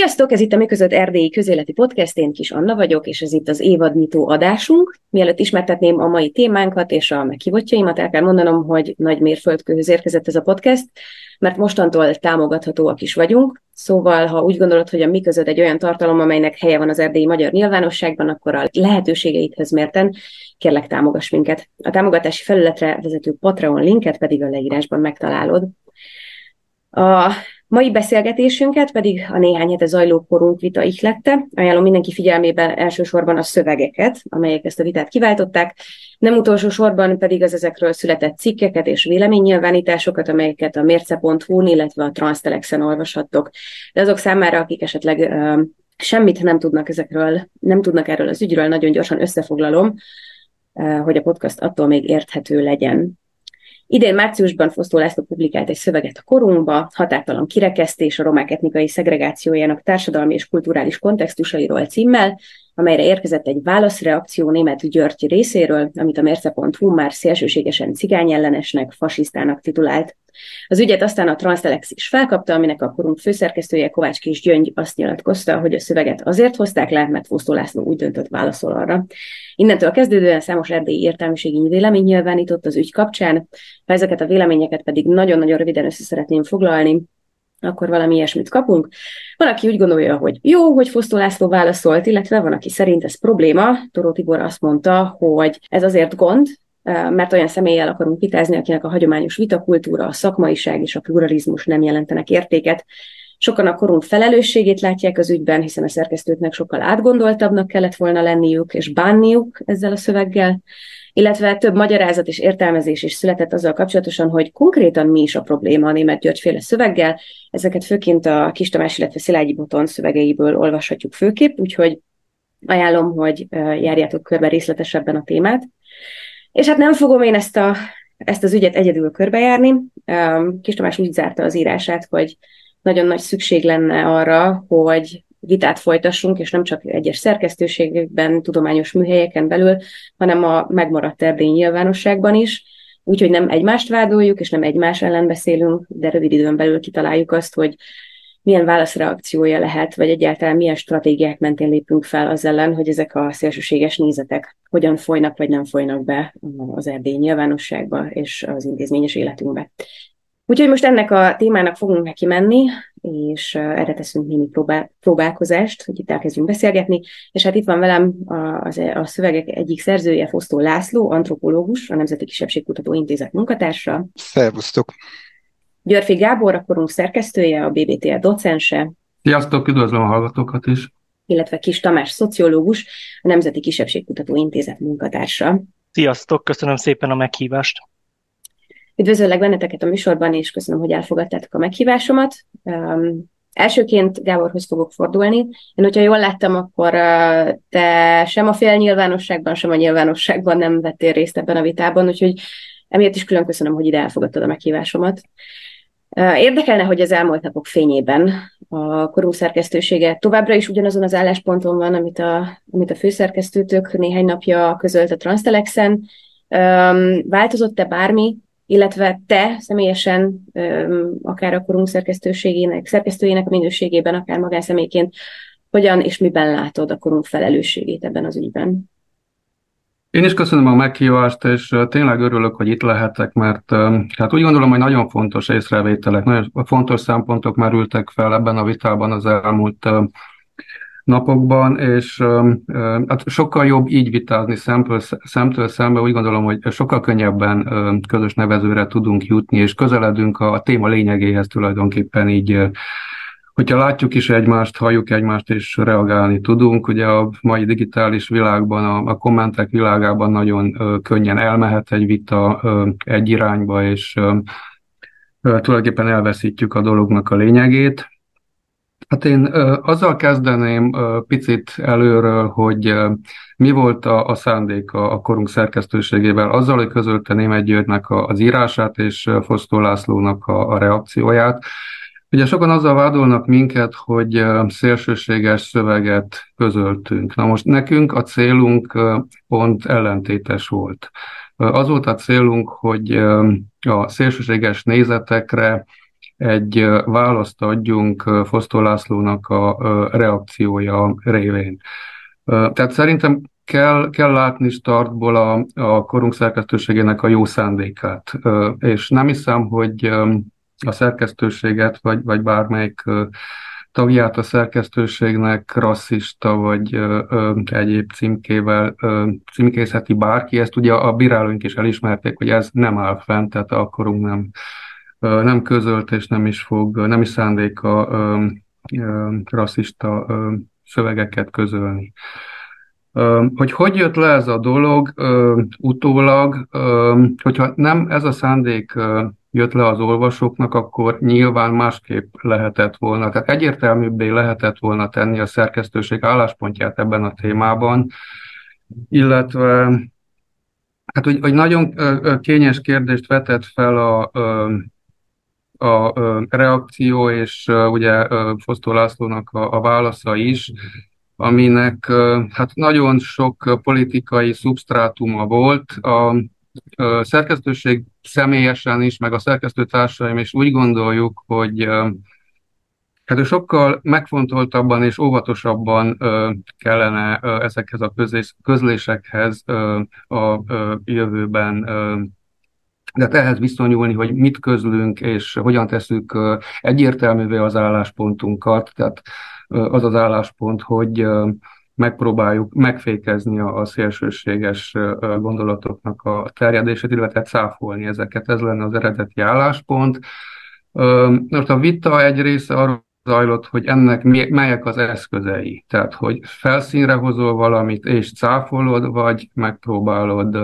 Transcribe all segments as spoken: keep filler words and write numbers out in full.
Sziasztok, ez itt a Miközött Erdélyi Közéleti Podcast, én Kis Anna vagyok, és ez itt az évadnyitó adásunk. Mielőtt ismertetném a mai témánkat és a meghívottjaimat, el kell mondanom, hogy nagy mérföldkőhöz érkezett ez a podcast, mert mostantól támogathatóak is vagyunk. Szóval, ha úgy gondolod, hogy a Miközött egy olyan tartalom, amelynek helye van az erdélyi magyar nyilvánosságban, akkor a lehetőségeidhez mérten kérlek támogass minket. A támogatási felületre vezető Patreon linket pedig a leírásban megtalálod. A mai beszélgetésünket pedig a néhány hete zajló korunk vita ihlette. Ajánlom mindenki figyelmében elsősorban a szövegeket, amelyek ezt a vitát kiváltották, nem utolsó sorban pedig az ezekről született cikkeket és véleménynyilvánításokat, amelyeket a mérce pont hu-n, illetve a Transtelexen olvashattok. De azok számára, akik esetleg uh, semmit nem tudnak ezekről, nem tudnak erről az ügyről, nagyon gyorsan összefoglalom, uh, hogy a podcast attól még érthető legyen. Idén márciusban Fosztó László publikált egy szöveget a korunkba, határtalan kirekesztés a romák etnikai szegregációjának társadalmi és kulturális kontextusairól címmel, amelyre érkezett egy válaszreakció Németh György részéről, amit a mérce pont hu már szélsőségesen cigányellenesnek, fasisztának titulált. Az ügyet aztán a Transtelex is felkapta, aminek a korunk főszerkesztője Kovács Kis Gyöngy azt nyilatkozta, hogy a szöveget azért hozták le, mert Fosztó László úgy döntött, válaszol arra. Innentől kezdődően számos erdélyi értelmiségi vélemény nyilvánított az ügy kapcsán, ha ezeket a véleményeket pedig nagyon-nagyon röviden össze szeretném foglalni, akkor valami ilyesmit kapunk. Van, aki úgy gondolja, hogy jó, hogy Fosztó László válaszolt, illetve van, aki szerint ez probléma. Toró Tibor azt mondta, hogy ez azért gond, mert olyan személlyel akarunk vitázni, akinek a hagyományos vitakultúra, a szakmaiság és a pluralizmus nem jelentenek értéket. Sokan a korunk felelősségét látják az ügyben, hiszen a szerkesztőknek sokkal átgondoltabbnak kellett volna lenniük, és bánniuk ezzel a szöveggel, illetve több magyarázat és értelmezés is született azzal kapcsolatosan, hogy konkrétan mi is a probléma a Németh György-féle szöveggel. Ezeket főként a Kis Tamás, illetve Szilágyi Botond szövegeiből olvashatjuk főképp, úgyhogy ajánlom, hogy járjátok körbe részletesebben a témát. És hát nem fogom én ezt, a, ezt az ügyet egyedül körbejárni. Kis Tamás úgy zárta az írását, hogy nagyon nagy szükség lenne arra, hogy vitát folytassunk, és nem csak egyes szerkesztőségekben, tudományos műhelyeken belül, hanem a megmaradt erdélyi nyilvánosságban is. Úgyhogy nem egymást vádoljuk, és nem egymás ellen beszélünk, de rövid időn belül kitaláljuk azt, hogy milyen válaszreakciója lehet, vagy egyáltalán milyen stratégiák mentén lépünk fel az ellen, hogy ezek a szélsőséges nézetek hogyan folynak, vagy nem folynak be az erdélyi nyilvánosságba és az intézményes életünkbe. Úgyhogy most ennek a témának fogunk neki menni, és erre teszünk némi próbál, próbálkozást, hogy itt elkezdjünk beszélgetni. És hát itt van velem a, a szövegek egyik szerzője, Fosztó László, antropológus, a Nemzeti Kisebbségkutató Intézet munkatársa. Szervusztok! Györffy Gábor, a korunk szerkesztője, a bé bé té é docense. Sziasztok, üdvözlöm a hallgatókat is! Illetve Kis Tamás, szociológus, a Nemzeti Kisebbségkutató Intézet munkatársa. Sziasztok, köszönöm szépen a meghívást! Üdvözöllek benneteket a műsorban, és köszönöm, hogy elfogadtátok a meghívásomat. Um, elsőként Gáborhoz fogok fordulni. Én, hogyha jól láttam, akkor uh, te sem a félnyilvánosságban, sem a nyilvánosságban nem vettél részt ebben a vitában, úgyhogy emiatt is külön köszönöm, hogy ide elfogadtad a meghívásomat. Uh, érdekelne, hogy az elmúlt napok fényében a korunk szerkesztősége továbbra is ugyanazon az állásponton van, amit a, amit a főszerkesztőtök néhány napja közölt a Transtelexen. Um, változott-e bármi, illetve te személyesen, akár a korunk szerkesztőségének, szerkesztőjének minőségében, akár magánszemélyként, hogyan és miben látod a korunk felelősségét ebben az ügyben? Én is köszönöm a meghívást, és tényleg örülök, hogy itt lehetek, mert hát úgy gondolom, hogy nagyon fontos észrevételek, nagyon fontos szempontok merültek fel ebben a vitában az elmúlt napokban, és hát sokkal jobb így vitázni szemtől, szemtől szembe, úgy gondolom, hogy sokkal könnyebben közös nevezőre tudunk jutni, és közeledünk a téma lényegéhez tulajdonképpen így, hogyha látjuk is egymást, halljuk egymást, és reagálni tudunk. Ugye a mai digitális világban, a, a kommentek világában nagyon könnyen elmehet egy vita egy irányba, és tulajdonképpen elveszítjük a dolognak a lényegét. Hát én azzal kezdeném picit előről, hogy mi volt a, a szándéka a korunk szerkesztőségével, azzal, hogy közölte Németh Györgynek az írását és Fosztó Lászlónak a, a reakcióját. Ugye sokan azzal vádolnak minket, hogy szélsőséges szöveget közöltünk. Na most nekünk a célunk pont ellentétes volt. Az volt a célunk, hogy a szélsőséges nézetekre egy választ adjunk Fosztó Lászlónak a reakciója révén. Tehát szerintem kell, kell látni startból a, a korunk szerkesztőségének a jó szándékát, és nem hiszem, hogy a szerkesztőséget, vagy, vagy bármelyik tagját a szerkesztőségnek rasszista, vagy ö, ö, egyéb címkével ö, címkézheti bárki. Ezt ugye a bírálóink is elismerték, hogy ez nem áll fent, tehát a korunk nem, ö, nem közölt, és nem is fog, nem is szándéka ö, ö, rasszista ö, szövegeket közölni. Hogy hogy jött le ez a dolog utólag, hogyha nem ez a szándék jött le az olvasóknak, akkor nyilván másképp lehetett volna. Tehát egyértelműbbé lehetett volna tenni a szerkesztőség álláspontját ebben a témában, illetve hát, hogy, hogy nagyon kényes kérdést vetett fel a, a, a reakció, és ugye Fosztó Lászlónak a, a válasza is, aminek hát nagyon sok politikai szubsztrátuma volt. A szerkesztőség személyesen is, meg a szerkesztőtársaim is úgy gondoljuk, hogy hát sokkal megfontoltabban és óvatosabban kellene ezekhez a közlésekhez a jövőben de ehhez viszonyulni, hogy mit közlünk, és hogyan tesszük egyértelművé az álláspontunkat. Tehát az az álláspont, hogy megpróbáljuk megfékezni a szélsőséges gondolatoknak a terjedését, illetve cáfolni ezeket. Ez lenne az eredeti álláspont. Most a vita egy része arról zajlott, hogy ennek melyek az eszközei. Tehát, hogy felszínre hozol valamit és cáfolod, vagy megpróbálod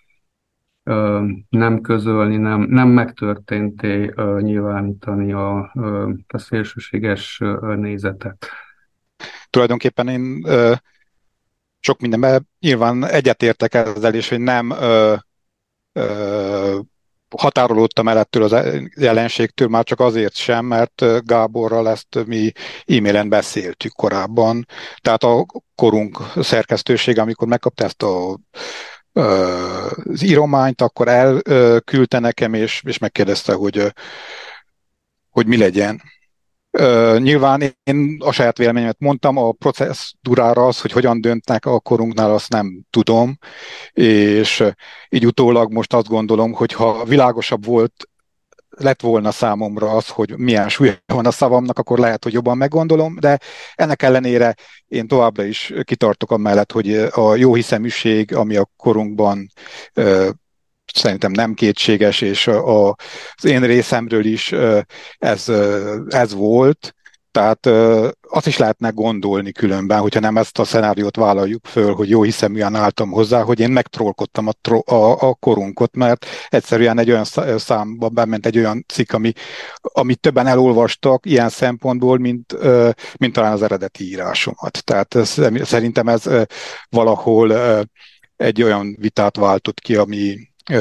nem közölni, nem, nem megtörténté nyilvánítani a, a szélsőséges nézetet. Tulajdonképpen én ö, sok mindenben nyilván egyetértek ezzel is, hogy nem ö, ö, határolódtam el ettől az jelenségtől, már csak azért sem, mert Gáborral ezt mi e-mailen beszéltük korábban. Tehát a korunk szerkesztősége, amikor megkapta ezt a az írományt, akkor elküldte nekem, és, és megkérdezte, hogy, hogy mi legyen. Nyilván én a saját véleményemet mondtam, a procedúrára az, hogy hogyan döntnek a korunknál, azt nem tudom, és így utólag most azt gondolom, hogy ha világosabb volt, lett volna számomra az, hogy milyen súlya van a szavamnak, akkor lehet, hogy jobban meggondolom, de ennek ellenére én továbbra is kitartok amellett, hogy a jóhiszeműség, ami a korunkban szerintem nem kétséges, és az én részemről is ez, ez volt. Tehát azt is lehetne gondolni különben, hogyha nem ezt a szenáriót vállaljuk föl, hogy jó hiszeműen álltam hozzá, hogy én megtrollkodtam a, tro- a, a korunkot, mert egyszerűen egy olyan számba bement egy olyan cikk, ami, amit többen elolvastak ilyen szempontból, mint, mint talán az eredeti írásomat. Tehát szerintem ez valahol egy olyan vitát váltott ki, ami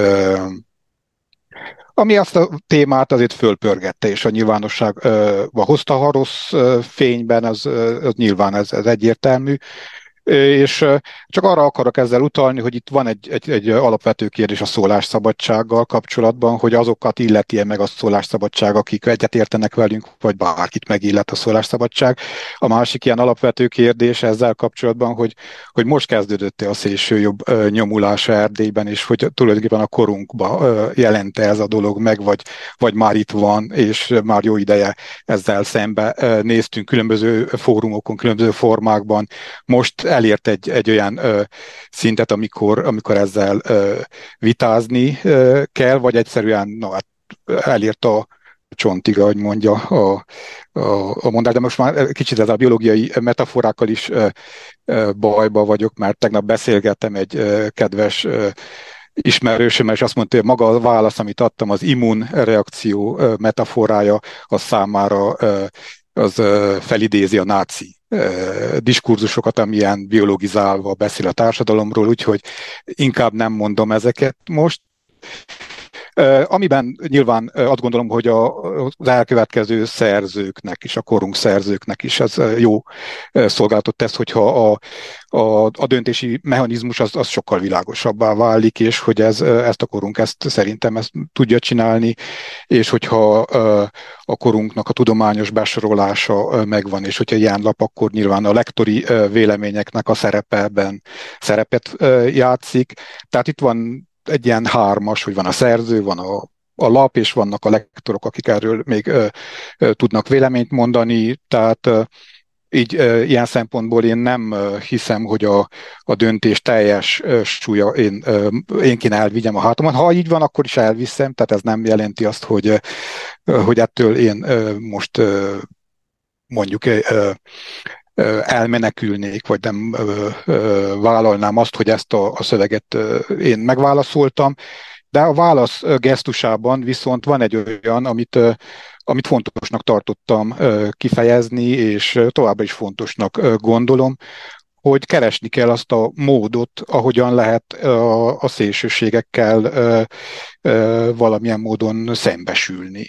ami azt a témát azért fölpörgette, és a nyilvánosságba hozta, ha rossz fényben, az, az nyilván ez, ez egyértelmű. És csak arra akarok ezzel utalni, hogy itt van egy, egy, egy alapvető kérdés a szólásszabadsággal kapcsolatban, hogy azokat illeti-e meg a szólásszabadság, akik egyetértenek velünk, vagy bárkit megillet a szólásszabadság. A másik ilyen alapvető kérdés ezzel kapcsolatban, hogy, hogy most kezdődött-e a szélső jobb nyomulása Erdélyben, és hogy tulajdonképpen a korunkba jelente ez a dolog meg, vagy, vagy már itt van, és már jó ideje ezzel szembe néztünk különböző fórumokon, különböző formákban. Most elért egy, egy olyan ö, szintet, amikor, amikor ezzel ö, vitázni ö, kell, vagy egyszerűen no, hát elért a csontig, ahogy mondja a, a, a mondás, de most már kicsit ez a biológiai metaforákkal is ö, ö, bajba vagyok, mert tegnap beszélgettem egy ö, kedves ö, ismerősömmel, és azt mondta, hogy maga a válasz, amit adtam, az immunreakció ö, metaforája, az számára ö, az ö, felidézi a náci diskurzusokat, amilyen biologizálva beszél a társadalomról, úgyhogy inkább nem mondom ezeket most. Amiben nyilván azt gondolom, hogy a, az elkövetkező szerzőknek is, a korunk szerzőknek is ez jó szolgáltat tesz, hogyha a, a, a döntési mechanizmus az, az sokkal világosabbá válik, és hogy ez, ezt a korunk ezt szerintem ezt tudja csinálni, és hogyha a korunknak a tudományos besorolása megvan, és hogyha ilyen lap, akkor nyilván a lektori véleményeknek a szerepe ebben szerepet játszik. Tehát itt van egy ilyen hármas, hogy van a szerző, van a, a lap, és vannak a lektorok, akik erről még ö, ö, tudnak véleményt mondani, tehát ö, így ö, ilyen szempontból én nem ö, hiszem, hogy a, a döntés teljes ö, súlya én, ö, én kéne elvigyem a hátamon. Ha így van, akkor is elviszem, tehát ez nem jelenti azt, hogy, ö, hogy ettől én ö, most ö, mondjuk ö, elmenekülnék, vagy nem ö, ö, vállalnám azt, hogy ezt a, a szöveget ö, én megválaszoltam, de a válasz gesztusában viszont van egy olyan, amit, ö, amit fontosnak tartottam ö, kifejezni, és továbbra is fontosnak ö, gondolom, hogy keresni kell azt a módot, ahogyan lehet a, a szélsőségekkel ö, ö, valamilyen módon szembesülni.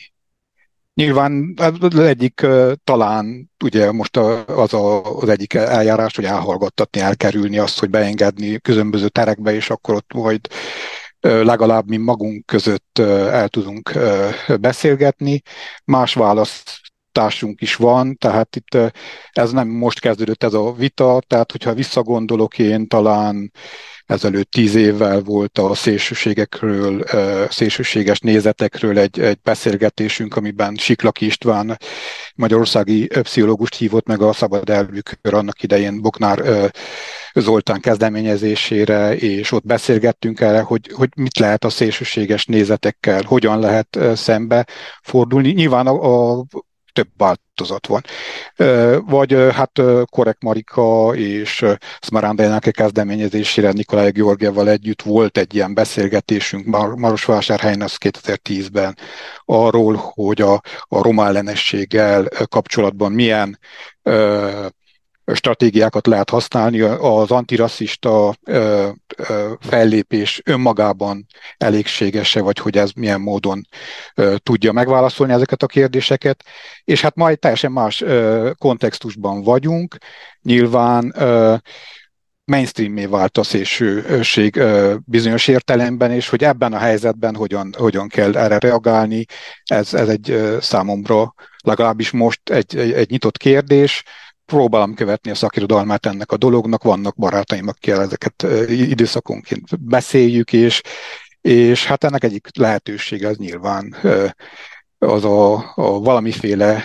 Nyilván az egyik talán ugye most az a, az egyik eljárás, hogy elhallgattatni, elkerülni azt, hogy beengedni különböző terekbe, és akkor ott majd legalább mi magunk között el tudunk beszélgetni. Más választásunk is van, tehát itt ez nem most kezdődött ez a vita, tehát hogyha visszagondolok én, talán ezelőtt tíz évvel volt a szélsőségekről, szélsőséges nézetekről egy, egy beszélgetésünk, amiben Siklaki István magyarországi pszichológust hívott meg a Szabad Elvű Kör annak idején Boknár Zoltán kezdeményezésére, és ott beszélgettünk erre, hogy, hogy mit lehet a szélsőséges nézetekkel, hogyan lehet szembe fordulni. Nyilván a, a több változat van. Vagy hát Korek Marika és Szmarán Enrique kezdeményezésére Nikolaj Georgievval együtt volt egy ilyen beszélgetésünk Mar- Marosvásárhelyen, az kétezer-tízben arról, hogy a, a roma ellenességgel kapcsolatban milyen stratégiákat lehet használni. Az antirasszista ö, ö, fellépés önmagában elégséges-e, vagy hogy ez milyen módon ö, tudja megválaszolni ezeket a kérdéseket. És hát majd teljesen más ö, kontextusban vagyunk. Nyilván ö, mainstream-mé vált a szélsőség ö, bizonyos értelemben, és hogy ebben a helyzetben hogyan, hogyan kell erre reagálni, ez, ez egy ö, számomra legalábbis most egy, egy, egy nyitott kérdés. Próbálom követni a szakirodalmát ennek a dolognak, vannak barátaim, akikkel ezeket időszakonként beszéljük, és, és hát ennek egyik lehetősége az nyilván az a, a valamiféle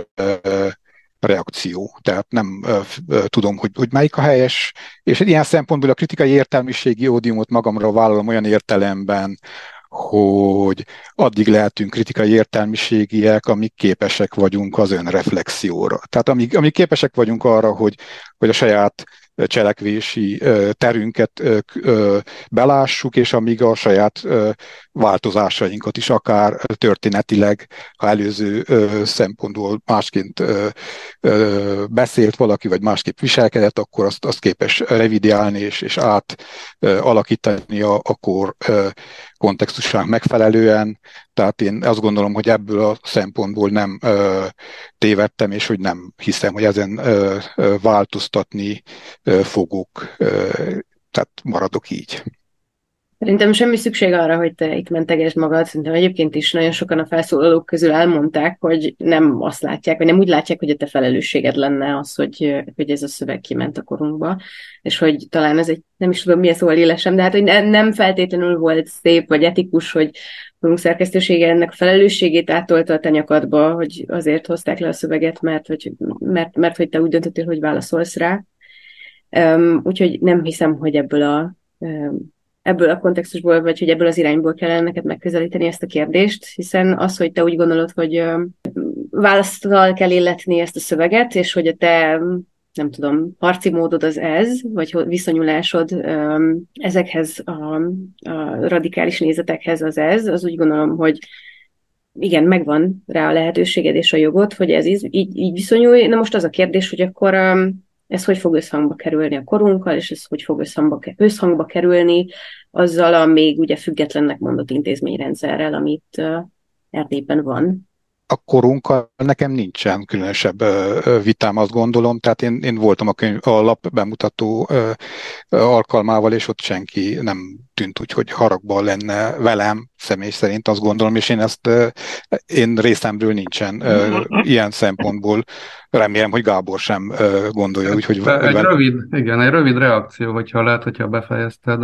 reakció. Tehát nem tudom, hogy, hogy melyik a helyes, és ilyen szempontból a kritikai értelmiségi ódiumot magamra vállalom olyan értelemben, hogy addig lehetünk kritikai értelmiségiek, amíg képesek vagyunk az önreflexióra. Tehát amíg, amíg képesek vagyunk arra, hogy, hogy a saját cselekvési terünket belássuk, és amíg a saját változásainkat is akár történetileg, ha előző szempontból másként beszélt valaki, vagy másképp viselkedett, akkor azt, azt képes revidiálni és, és átalakítani a, a kor kontextusának megfelelően. Tehát én azt gondolom, hogy ebből a szempontból nem ö, tévedtem, és hogy nem hiszem, hogy ezen ö, ö, változtatni ö, fogok, ö, tehát maradok így. Szerintem semmi szükség arra, hogy te itt mentegesd magad. Szerintem egyébként is nagyon sokan a felszólalók közül elmondták, hogy nem azt látják, vagy nem úgy látják, hogy a te felelősséged lenne az, hogy, hogy ez a szöveg kiment a korunkba, és hogy talán ez egy, nem is tudom milyen szóval élesem, de hát hogy nem feltétlenül volt szép, vagy etikus, hogy korunk szerkesztősége ennek a felelősségét átolta a te nyakadba, hogy azért hozták le a szöveget, mert hogy, mert, mert, hogy te úgy döntöttél, hogy válaszolsz rá. Um, úgyhogy nem hiszem, hogy ebből a um, ebből a kontextusból, vagy hogy ebből az irányból kellene neked megközelíteni ezt a kérdést, hiszen az, hogy te úgy gondolod, hogy választal kell illetni ezt a szöveget, és hogy a te, nem tudom, harci módod az ez, vagy viszonyulásod ezekhez a, a radikális nézetekhez az ez, az úgy gondolom, hogy igen, megvan rá a lehetőséged és a jogod, hogy ez így, így viszonyulj. Na most az a kérdés, hogy akkor ez hogy fog összhangba kerülni a korunkkal, és ez hogy fog összhangba, összhangba kerülni azzal a még ugye függetlennek mondott intézményrendszerrel, amit Erdélyben van. A korunkkal nekem nincsen különösebb vitám, azt gondolom. Tehát én, én voltam a, könyv, a lap bemutató alkalmával, és ott senki nem tűnt úgy, hogy haragban lenne velem, személy szerint azt gondolom, és én ezt én részemről nincsen ilyen szempontból. Remélem, hogy Gábor sem gondolja úgy, hogy... Egy rövid, igen, egy rövid reakció, hogyha lehet, hogyha befejezted.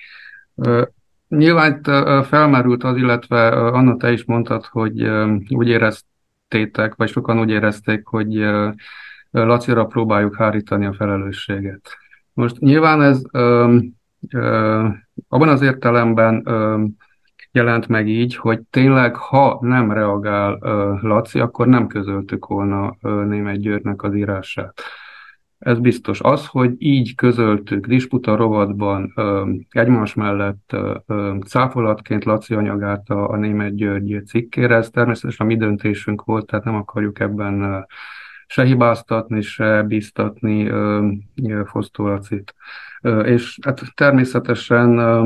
Nyilván itt felmerült az, illetve Anna, te is mondtad, hogy úgy éreztétek, vagy sokan úgy érezték, hogy Lacira próbáljuk hárítani a felelősséget. Most nyilván ez ö, ö, abban az értelemben ö, jelent meg így, hogy tényleg, ha nem reagál ö, Laci, akkor nem közöltük volna ö, Németh Györgynek az írását. Ez biztos. Az, hogy így közöltük disputa rovatban ö, egymás mellett ö, ö, cáfolatként Laci anyagát a, a Németh György cikkére, ez természetesen a mi döntésünk volt, tehát nem akarjuk ebben ö, se hibáztatni, se bíztatni ö, ö, Fosztó Lacit. Ö, és hát természetesen ö,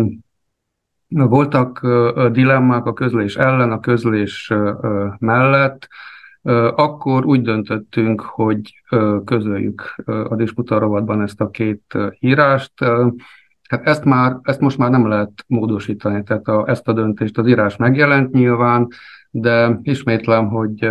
voltak ö, dilemmák a közlés ellen, a közlés ö, mellett. Akkor úgy döntöttünk, hogy közöljük a disputa rovatban ezt a két írást. Hát ezt, már, ezt most már nem lehet módosítani, tehát a, ezt a döntést az írás megjelent nyilván, de ismétlem, hogy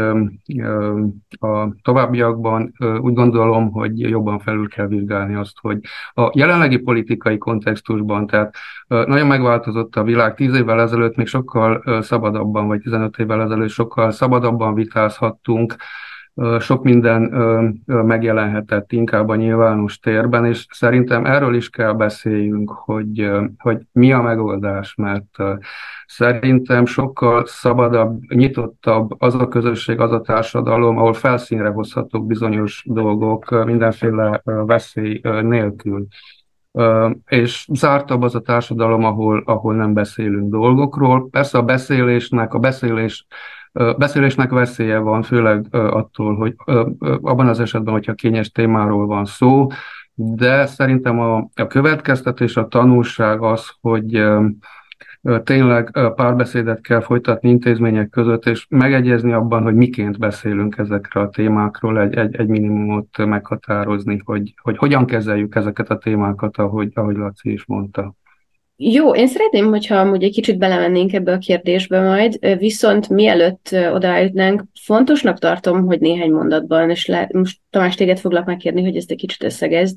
a továbbiakban úgy gondolom, hogy jobban felül kell vizsgálni azt, hogy a jelenlegi politikai kontextusban, tehát nagyon megváltozott a világ, tíz évvel ezelőtt még sokkal szabadabban, vagy tizenöt évvel ezelőtt sokkal szabadabban vitázhattunk, sok minden megjelenhetett inkább a nyilvános térben, és szerintem erről is kell beszéljünk, hogy, hogy mi a megoldás, mert szerintem sokkal szabadabb, nyitottabb az a közösség, az a társadalom, ahol felszínre hozhatók bizonyos dolgok mindenféle veszély nélkül. És zártabb az a társadalom, ahol, ahol nem beszélünk dolgokról. Persze a beszélésnek, a beszélés Beszélésnek veszélye van, főleg attól, hogy abban az esetben, hogyha kényes témáról van szó, de szerintem a, a következtetés, a tanulság az, hogy tényleg párbeszédet kell folytatni intézmények között, és megegyezni abban, hogy miként beszélünk ezekről a témákról, egy, egy, egy minimumot meghatározni, hogy, hogy hogyan kezeljük ezeket a témákat, ahogy, ahogy Laci is mondta. Jó, én szeretném, hogyha amúgy egy kicsit belemennénk ebbe a kérdésbe majd, viszont mielőtt odaállítnánk, fontosnak tartom, hogy néhány mondatban, és le, most Tamás, téged foglak megkérni, hogy ezt egy kicsit összegezd.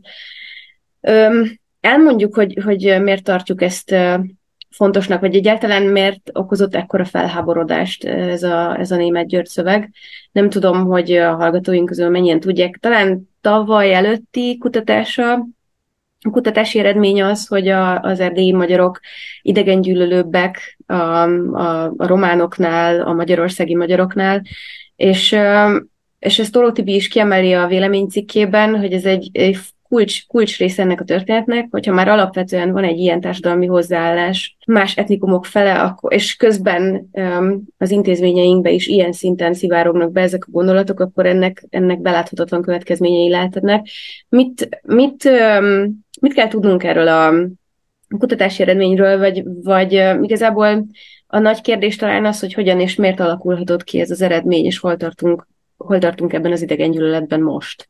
Öm, elmondjuk, hogy, hogy miért tartjuk ezt fontosnak, vagy egyáltalán miért okozott ekkora felháborodást ez a, ez a Németh György szöveg. Nem tudom, hogy a hallgatóink közül mennyien tudják. Talán tavaly előtti kutatása, a kutatási eredmény az, hogy a, az erdélyi magyarok idegengyűlölőbbek a, a, a románoknál, a magyarországi magyaroknál, és, és ezt Toló Tibi is kiemeli a véleménycikkében, hogy ez egy, egy kulcs, kulcs része ennek a történetnek, hogyha már alapvetően van egy ilyen társadalmi hozzáállás más etnikumok fele, akkor, és közben um, az intézményeinkbe is ilyen szinten szivárognak be ezek a gondolatok, akkor ennek, ennek beláthatatlan következményei lehetnek. Mit, mit, um, mit kell tudnunk erről a kutatási eredményről, vagy, vagy uh, igazából a nagy kérdés talán az, hogy hogyan és miért alakulhatott ki ez az eredmény, és hol tartunk, hol tartunk ebben az idegengyűlöletben most?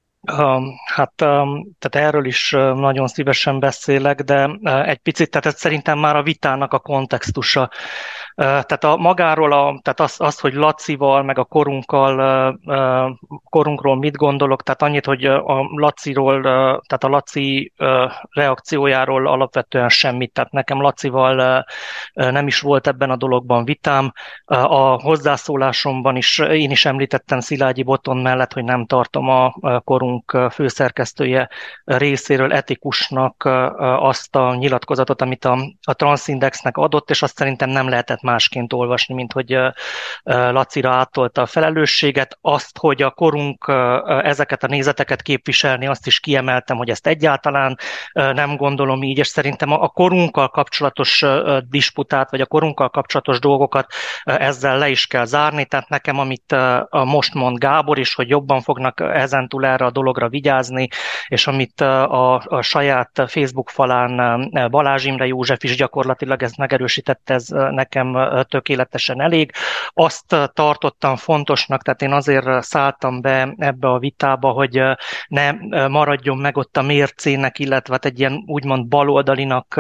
Hát tehát erről is nagyon szívesen beszélek, de egy picit, tehát ez szerintem már a vitának a kontextusa. Tehát a magáról, a, tehát az, az, hogy Lacival, meg a korunkkal, korunkról mit gondolok, tehát annyit, hogy a Laciról, tehát a Laci reakciójáról alapvetően semmit, tehát nekem Lacival nem is volt ebben a dologban vitám. A hozzászólásomban is én is említettem Szilágyi Botond mellett, hogy nem tartom a korunk főszerkesztője részéről etikusnak azt a nyilatkozatot, amit a, a Transzindexnek adott, és azt szerintem nem lehetett másként olvasni, mint hogy Lacira áttolta a felelősséget. Azt, hogy a korunk ezeket a nézeteket képviselni, azt is kiemeltem, hogy ezt egyáltalán nem gondolom így, és szerintem a korunkkal kapcsolatos disputát, vagy a korunkkal kapcsolatos dolgokat ezzel le is kell zárni, tehát nekem, amit most mond Gábor is, hogy jobban fognak ezentúl erre a dologra vigyázni, és amit a, a saját Facebook falán Balázs Imre József is gyakorlatilag ezt megerősítette, ez nekem tökéletesen elég. Azt tartottam fontosnak, tehát én azért szálltam be ebbe a vitába, hogy ne maradjon meg ott a mércének, illetve egy ilyen úgymond baloldalinak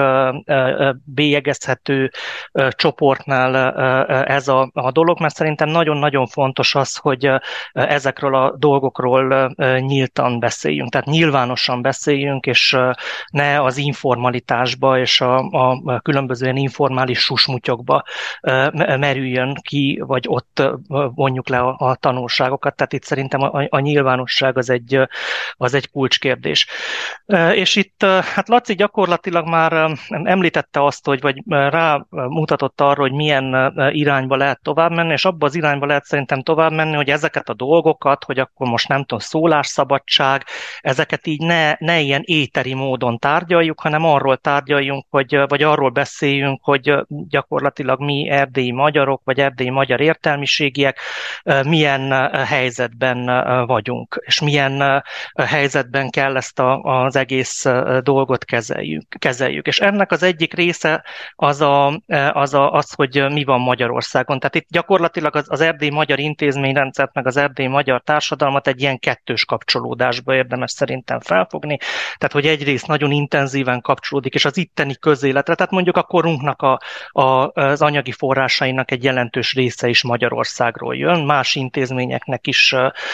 bélyegezhető csoportnál ez a, a dolog, mert szerintem nagyon-nagyon fontos az, hogy ezekről a dolgokról nyíltan beszéljünk, tehát nyilvánosan beszéljünk, és ne az informalitásba és a, a különböző ilyen informális susmutyokba merüljön ki, vagy ott vonjuk le a, a tanulságokat. Tehát itt szerintem a, a nyilvánosság az egy, az egy kulcskérdés. És itt hát Laci gyakorlatilag már említette azt, hogy vagy rámutatott arra, hogy milyen irányba lehet tovább menni, és abba az irányba lehet szerintem tovább menni, hogy ezeket a dolgokat, hogy akkor most nem tudom, szólásszabadság, ezeket így ne, ne ilyen éteri módon tárgyaljuk, hanem arról tárgyaljunk, hogy, vagy arról beszéljünk, hogy gyakorlatilag mi erdélyi magyarok, vagy erdélyi magyar értelmiségiek milyen helyzetben vagyunk, és milyen helyzetben kell ezt a, az egész dolgot kezeljük, kezeljük. És ennek az egyik része az, a, az, a, az, hogy mi van Magyarországon. Tehát itt gyakorlatilag az, az erdélyi magyar intézményrendszert, meg az erdélyi magyar társadalmat egy ilyen kettős kapcsolódásba érdemes szerintem felfogni. Tehát, hogy egyrészt nagyon intenzíven kapcsolódik, és az itteni közéletre, tehát mondjuk a korunknak a, a, az anyagi forrásainak egy jelentős része is Magyarországról jön, más intézményeknek is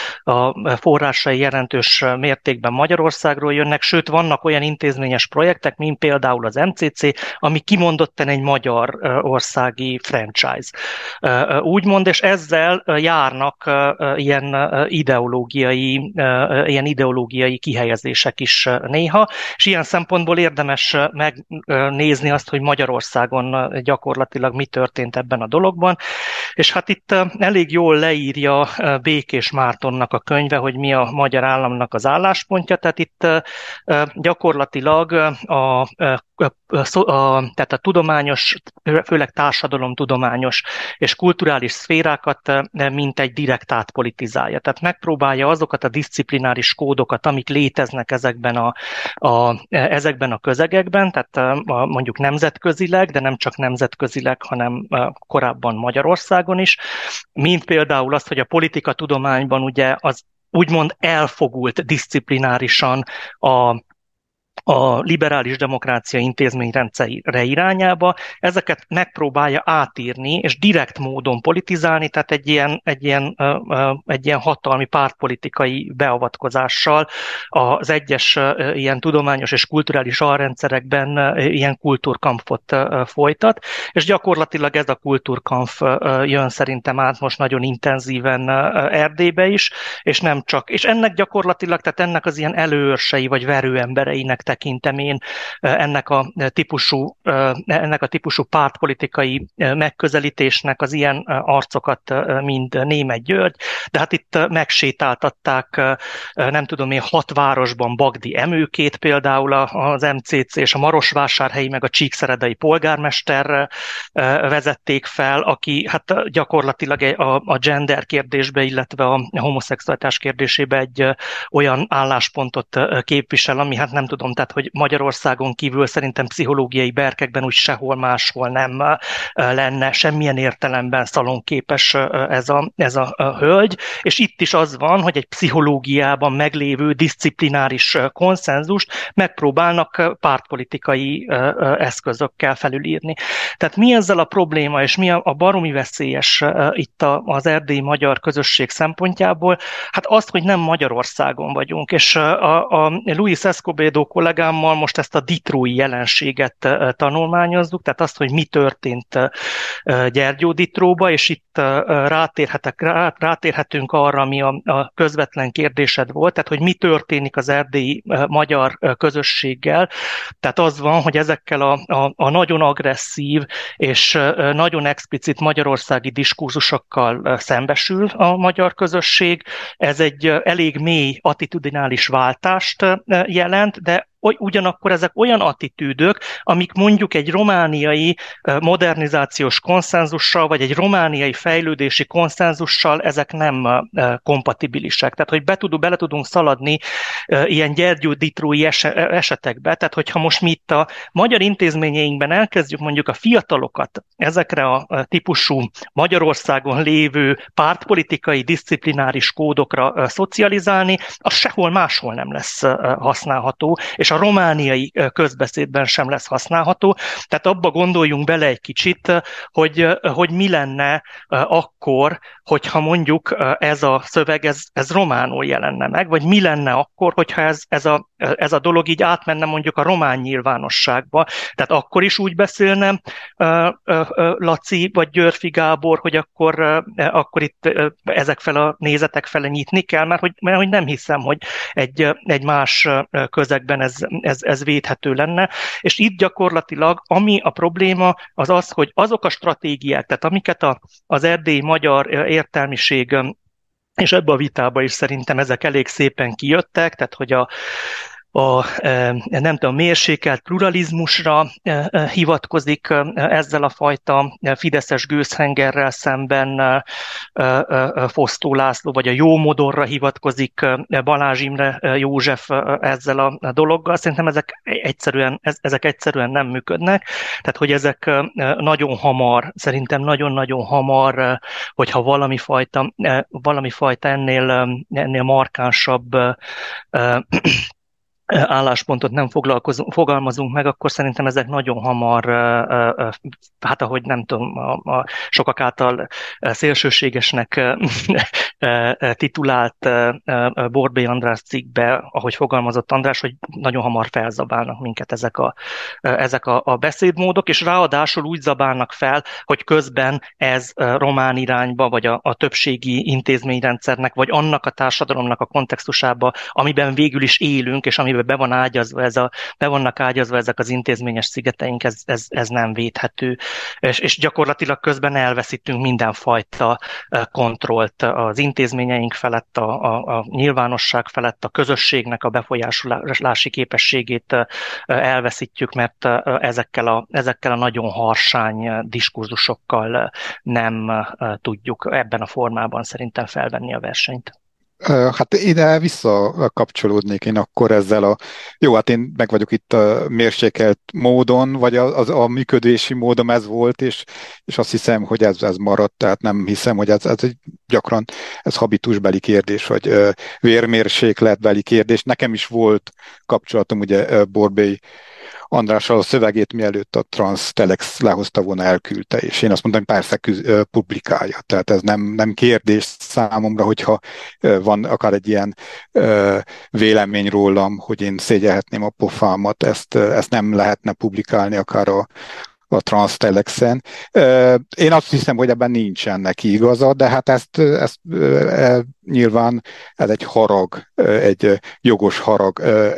a forrásai jelentős mértékben Magyarországról jönnek, sőt vannak olyan intézményes projektek, mint például az em cé cé, ami kimondottan egy magyar országi franchise. Úgymond, és ezzel járnak ilyen ideológiai, ilyen ideológiai kihelyezések is néha, és ilyen szempontból érdemes megnézni azt, hogy Magyarországon gyakorlatilag mi történt ebben a dologban, és hát itt elég jól leírja Békés Mártonnak a könyve, hogy mi a magyar államnak az álláspontja, tehát itt gyakorlatilag a A, a, tehát a tudományos, főleg társadalomtudományos és kulturális szférákat mint egy direkt átpolitizálja. Tehát megpróbálja azokat a diszciplináris kódokat, amik léteznek ezekben a, a, ezekben a közegekben, tehát mondjuk nemzetközileg, de nem csak nemzetközileg, hanem korábban Magyarországon is, mint például azt, hogy a politikatudományban ugye az úgymond elfogult diszciplinárisan a a liberális demokrácia intézményrendszere irányába, ezeket megpróbálja átírni, és direkt módon politizálni, tehát egy ilyen, egy ilyen, egy ilyen hatalmi pártpolitikai beavatkozással az egyes ilyen tudományos és kulturális alrendszerekben ilyen kultúrkampfot folytat, és gyakorlatilag ez a kultúrkampf jön szerintem át most nagyon intenzíven Erdélybe is, és nem csak, és ennek gyakorlatilag, tehát ennek az ilyen előőrsei vagy verőembereinek tekintem én ennek a típusú, ennek a típusú pártpolitikai megközelítésnek az ilyen arcokat, mint Németh György, de hát itt megsétáltatták, nem tudom én, hat városban Bagdi Emőkét például az em cé cé, és a marosvásárhelyi meg a csíkszeredai polgármester vezették fel, aki hát gyakorlatilag a, a gender kérdésbe, illetve a homoszexualitás kérdésébe egy olyan álláspontot képvisel, ami hát nem tudom, tehát hogy Magyarországon kívül szerintem pszichológiai berkekben úgy sehol máshol nem lenne semmilyen értelemben szalonképes ez a, ez a hölgy, és itt is az van, hogy egy pszichológiában meglévő diszciplináris konszenzust megpróbálnak pártpolitikai eszközökkel felülírni. Tehát mi ezzel a probléma, és mi a baromi veszélyes itt az erdélyi magyar közösség szempontjából? Hát azt, hogy nem Magyarországon vagyunk, és a, a Luis Escobedo kollégám kollégámmal most ezt a ditrói jelenséget tanulmányozzuk, tehát azt, hogy mi történt Gyergyó-Ditróba, és itt rátérhetek, rátérhetünk arra, ami a, a közvetlen kérdésed volt, tehát hogy mi történik az erdélyi magyar közösséggel. Tehát az van, hogy ezekkel a, a, a nagyon agresszív és nagyon explicit magyarországi diskurzusokkal szembesül a magyar közösség. Ez egy elég mély attitudinális váltást jelent, de ugyanakkor ezek olyan attitűdök, amik mondjuk egy romániai modernizációs konszenzussal, vagy egy romániai fejlődési konszenzussal ezek nem kompatibilisek. Tehát, hogy be tudunk, bele tudunk szaladni ilyen Gyergyó-ditrói esetekbe, tehát hogyha most mi itt a magyar intézményeinkben elkezdjük mondjuk a fiatalokat ezekre a típusú Magyarországon lévő pártpolitikai diszciplináris kódokra szocializálni, az sehol máshol nem lesz használható, és a romániai közbeszédben sem lesz használható. Tehát abba gondoljunk bele egy kicsit, hogy, hogy mi lenne akkor, hogyha mondjuk ez a szöveg, ez, ez románul jelenne meg, vagy mi lenne akkor, hogyha ez, ez, a, ez a dolog így átmenne mondjuk a román nyilvánosságba. Tehát akkor is úgy beszélne Laci vagy Györfi Gábor, hogy akkor, akkor itt ezek fel a nézetek fele nyitni kell, mert hogy, mert hogy nem hiszem, hogy egy, egy más közegben ez, ez, ez védhető lenne. És itt gyakorlatilag ami a probléma, az az, hogy azok a stratégiák, tehát amiket a, az erdélyi magyar értelmiség, és ebbe a vitába is szerintem ezek elég szépen kijöttek, tehát hogy a a nem tudom, mérsékelt pluralizmusra hivatkozik ezzel a fajta fideszes gőzhengerrel szemben Fosztó László, vagy a jó modorra hivatkozik Balázs Imre József ezzel a dologgal. Szerintem ezek egyszerűen, ezek egyszerűen nem működnek. Tehát, hogy ezek nagyon hamar, szerintem nagyon-nagyon hamar, hogyha valami fajta, valami fajta ennél, ennél markánsabb álláspontot nem fogalmazunk meg, akkor szerintem ezek nagyon hamar, hát ahogy nem tudom, a, a sokak által szélsőségesnek titulált Borbély András cikkbe, ahogy fogalmazott András, hogy nagyon hamar felzabálnak minket ezek a, ezek a, a beszédmódok, és ráadásul úgy zabálnak fel, hogy közben ez román irányba, vagy a, a többségi intézményrendszernek, vagy annak a társadalomnak a kontextusába, amiben végül is élünk, és amiben be van ágyazva ez a, be vannak ágyazva ezek az intézményes szigeteink, ez, ez, ez nem védhető. És, és gyakorlatilag közben elveszítünk mindenfajta kontrollt az intézményeink felett, a, a, a nyilvánosság felett, a közösségnek a befolyásolási képességét elveszítjük, mert ezekkel a, ezekkel a nagyon harsány diskurzusokkal nem tudjuk ebben a formában szerintem felvenni a versenyt. Hát ide visszakapcsolódnék én akkor ezzel a... Jó, hát én meg vagyok itt a mérsékelt módon, vagy a, a, a működési módom ez volt, és, és azt hiszem, hogy ez, ez maradt, tehát nem hiszem, hogy ez, ez egy gyakran ez habitusbeli kérdés, vagy ö, vérmérsékletbeli kérdés. Nekem is volt kapcsolatom, ugye Borbély Andrással a szövegét, mielőtt a Transtelex lehozta volna, elküldte, és én azt mondtam, hogy persze küz, publikálja. Tehát ez nem, nem kérdés számomra, hogyha van akár egy ilyen ö, vélemény rólam, hogy én szégyelhetném a pofámat, ezt, ezt nem lehetne publikálni akár a a Transtelexen. Én azt hiszem, hogy ebben nincsen neki igaza, de hát ezt, ezt e, nyilván ez egy harag, egy jogos harag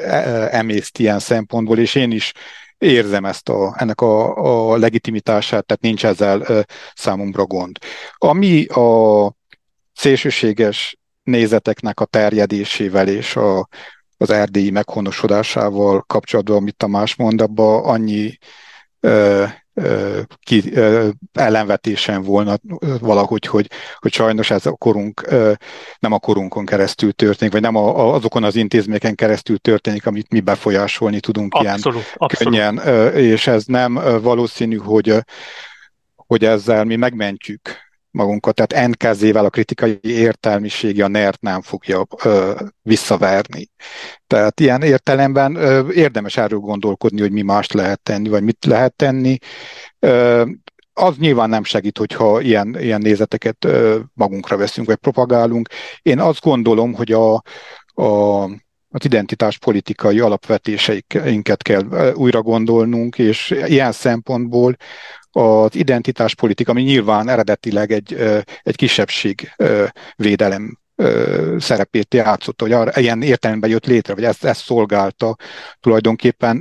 emészt ilyen szempontból, és én is érzem ezt a, ennek a, a legitimitását, tehát nincs ezzel számomra gond. Ami a szélsőséges nézeteknek a terjedésével és a, az erdélyi meghonosodásával kapcsolatban, amit Tamás mond, abban annyi Ö, ö, ki, ö, ellenvetésen volna valahogy, hogy, hogy sajnos ez a korunk ö, nem a korunkon keresztül történik, vagy nem a, a, azokon az intézményeken keresztül történik, amit mi befolyásolni tudunk abszolút, ilyen abszolút. könnyen, ö, és ez nem valószínű, hogy, hogy ezzel mi megmentjük magunkat, tehát en ká zével a kritikai értelmiségi a nert nem fogja ö, visszaverni. Tehát ilyen értelemben ö, érdemes erről gondolkodni, hogy mi mást lehet tenni, vagy mit lehet tenni. Ö, az nyilván nem segít, hogyha ilyen, ilyen nézeteket ö, magunkra veszünk, vagy propagálunk. Én azt gondolom, hogy a, a az identitás politikai alapvetéseinket kell újra gondolnunk, és ilyen szempontból az identitáspolitika, ami nyilván eredetileg egy, egy kisebbség védelem szerepét játszott, hogy arra, ilyen értelemben jött létre, vagy ezt, ezt szolgálta, tulajdonképpen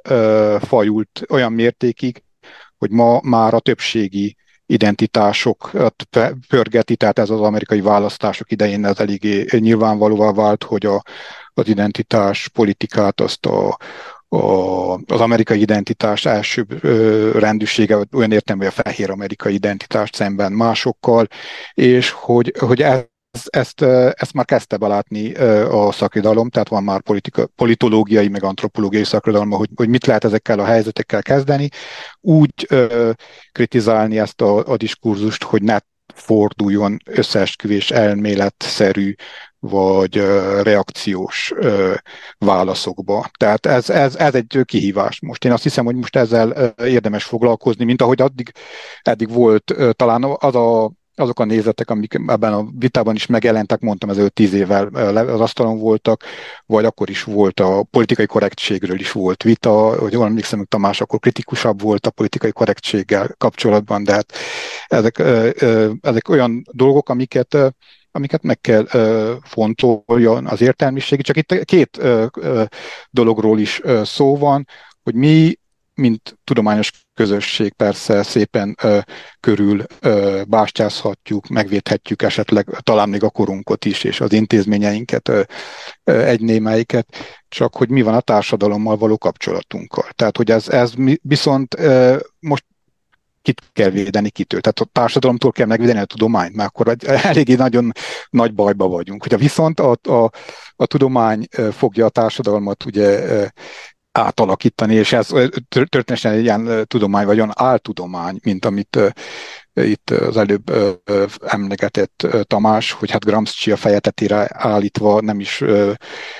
elfajult olyan mértékig, hogy ma már a többségi identitásokat pörgeti, tehát ez az amerikai választások idején ez eléggé nyilvánvalóvá vált, hogy a, az identitás politikát azt a, a, az amerikai identitás első ö, rendűsége, olyan értem, hogy a fehér amerikai identitást szemben másokkal, és hogy, hogy ez Ezt, ezt már kezdte belátni a szakirodalom, tehát van már politika, politológiai, meg antropológiai szakirodalma, hogy, hogy mit lehet ezekkel a helyzetekkel kezdeni, úgy ö, kritizálni ezt a, a diskurzust, hogy ne forduljon összeesküvés elméletszerű vagy ö, reakciós ö, válaszokba. Tehát ez, ez, ez egy kihívás. Most én azt hiszem, hogy most ezzel érdemes foglalkozni, mint ahogy addig, eddig volt ö, talán az a azok a nézetek, amik ebben a vitában is megjelentek, mondtam, ez öt-tíz évvel az asztalon voltak, vagy akkor is volt a politikai korrektségről is volt vita, hogy jól emlékszem, hogy Tamás akkor kritikusabb volt a politikai korrektséggel kapcsolatban, de hát ezek, ezek olyan dolgok, amiket amiket meg kell fontoljon az értelmiség. Csak itt két dologról is szó van, hogy mi, mint tudományos közösség persze szépen ö, körül ö, bástyázhatjuk, megvédhetjük esetleg talán még a korunkat is, és az intézményeinket, ö, ö, egy némelyiket, csak hogy mi van a társadalommal való kapcsolatunkkal. Tehát, hogy ez, ez viszont ö, most kit kell védeni, kitől. Tehát a társadalomtól kell megvédeni a tudományt, mert akkor eléggé nagyon nagy bajba vagyunk. Hogyha viszont a, a, a tudomány fogja a társadalmat ugye átalakítani, és ez történetesen egy ilyen tudomány, vagy olyan áltudomány, mint amit uh, itt az előbb uh, emlegetett uh, Tamás, hogy hát Gramsci a feje tetére állítva nem is uh,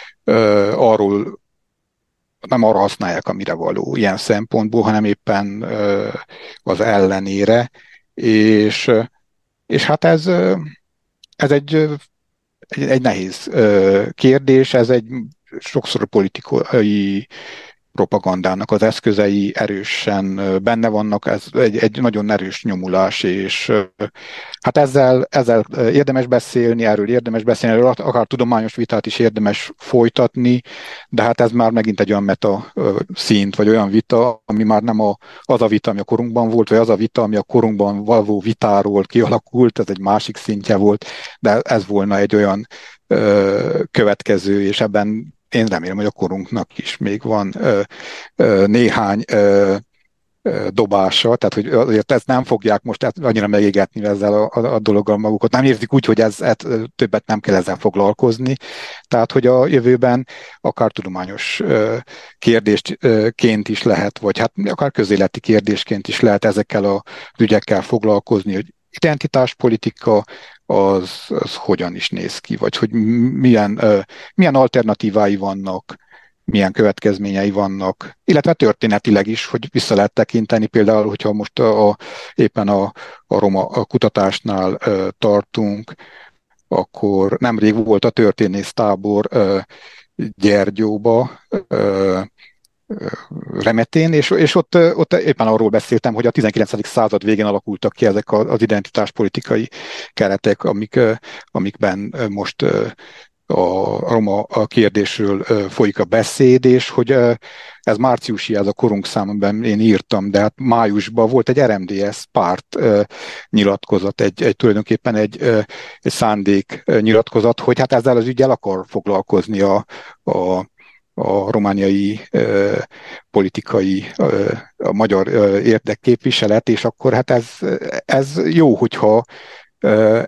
uh, arról, nem arra használják, amire való ilyen szempontból, hanem éppen uh, az ellenére, és, uh, és hát ez, uh, ez egy, uh, egy, egy nehéz uh, kérdés, ez egy sokszor politikai propagandának az eszközei erősen benne vannak, ez egy, egy nagyon erős nyomulás, és hát ezzel, ezzel érdemes beszélni, erről érdemes beszélni, erről akár tudományos vitát is érdemes folytatni, de hát ez már megint egy olyan meta szint, vagy olyan vita, ami már nem a, az a vita, ami a korunkban volt, vagy az a vita, ami a korunkban való vitáról kialakult, ez egy másik szintje volt, de ez volna egy olyan ö, következő, és ebben én remélem, hogy a korunknak is még van ö, ö, néhány ö, ö, dobása, tehát hogy azért ezt nem fogják most annyira megégetni ezzel a, a, a dologgal magukat. Nem érzik úgy, hogy ez, ez, többet nem kell ezzel foglalkozni. Tehát, hogy a jövőben akár tudományos ö, kérdésként is lehet, vagy hát akár közéleti kérdésként is lehet ezekkel az ügyekkel foglalkozni, hogy identitáspolitika, az, az hogyan is néz ki, vagy hogy milyen, uh, milyen alternatívái vannak, milyen következményei vannak, illetve történetileg is, hogy vissza lehet tekinteni, például, hogyha most a, a, éppen a, a roma a kutatásnál uh, tartunk, akkor nemrég volt a történésztábor uh, Gyergyóba, uh, Remetén, és, és ott, ott éppen arról beszéltem, hogy a tizenkilencedik század végén alakultak ki ezek az identitáspolitikai keretek, amik, amikben most a roma kérdésről folyik a beszéd, és hogy ez márciusi, ez a korunk számban én írtam, de hát májusban volt egy er em dé es párt nyilatkozat, egy, egy tulajdonképpen egy, egy szándék nyilatkozat, hogy hát ezzel az ügyel akar foglalkozni a, a a romániai ö, politikai, ö, a magyar ö, érdekképviselet, és akkor hát ez, ez jó, hogyha ö,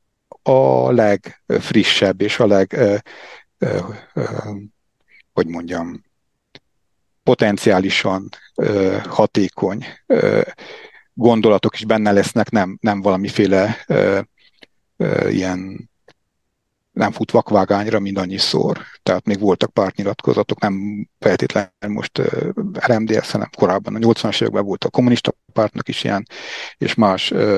a legfrissebb és a leg, ö, ö, ö, hogy mondjam, potenciálisan ö, hatékony ö, gondolatok is benne lesznek, nem, nem valamiféle ö, ö, ilyen nem fut vakvágányra mindannyiszor. Tehát még voltak pártnyilatkozatok, nem feltétlenül most er em dé es, hanem korábban a nyolcvanas években volt a kommunista pártnak is ilyen, és más uh,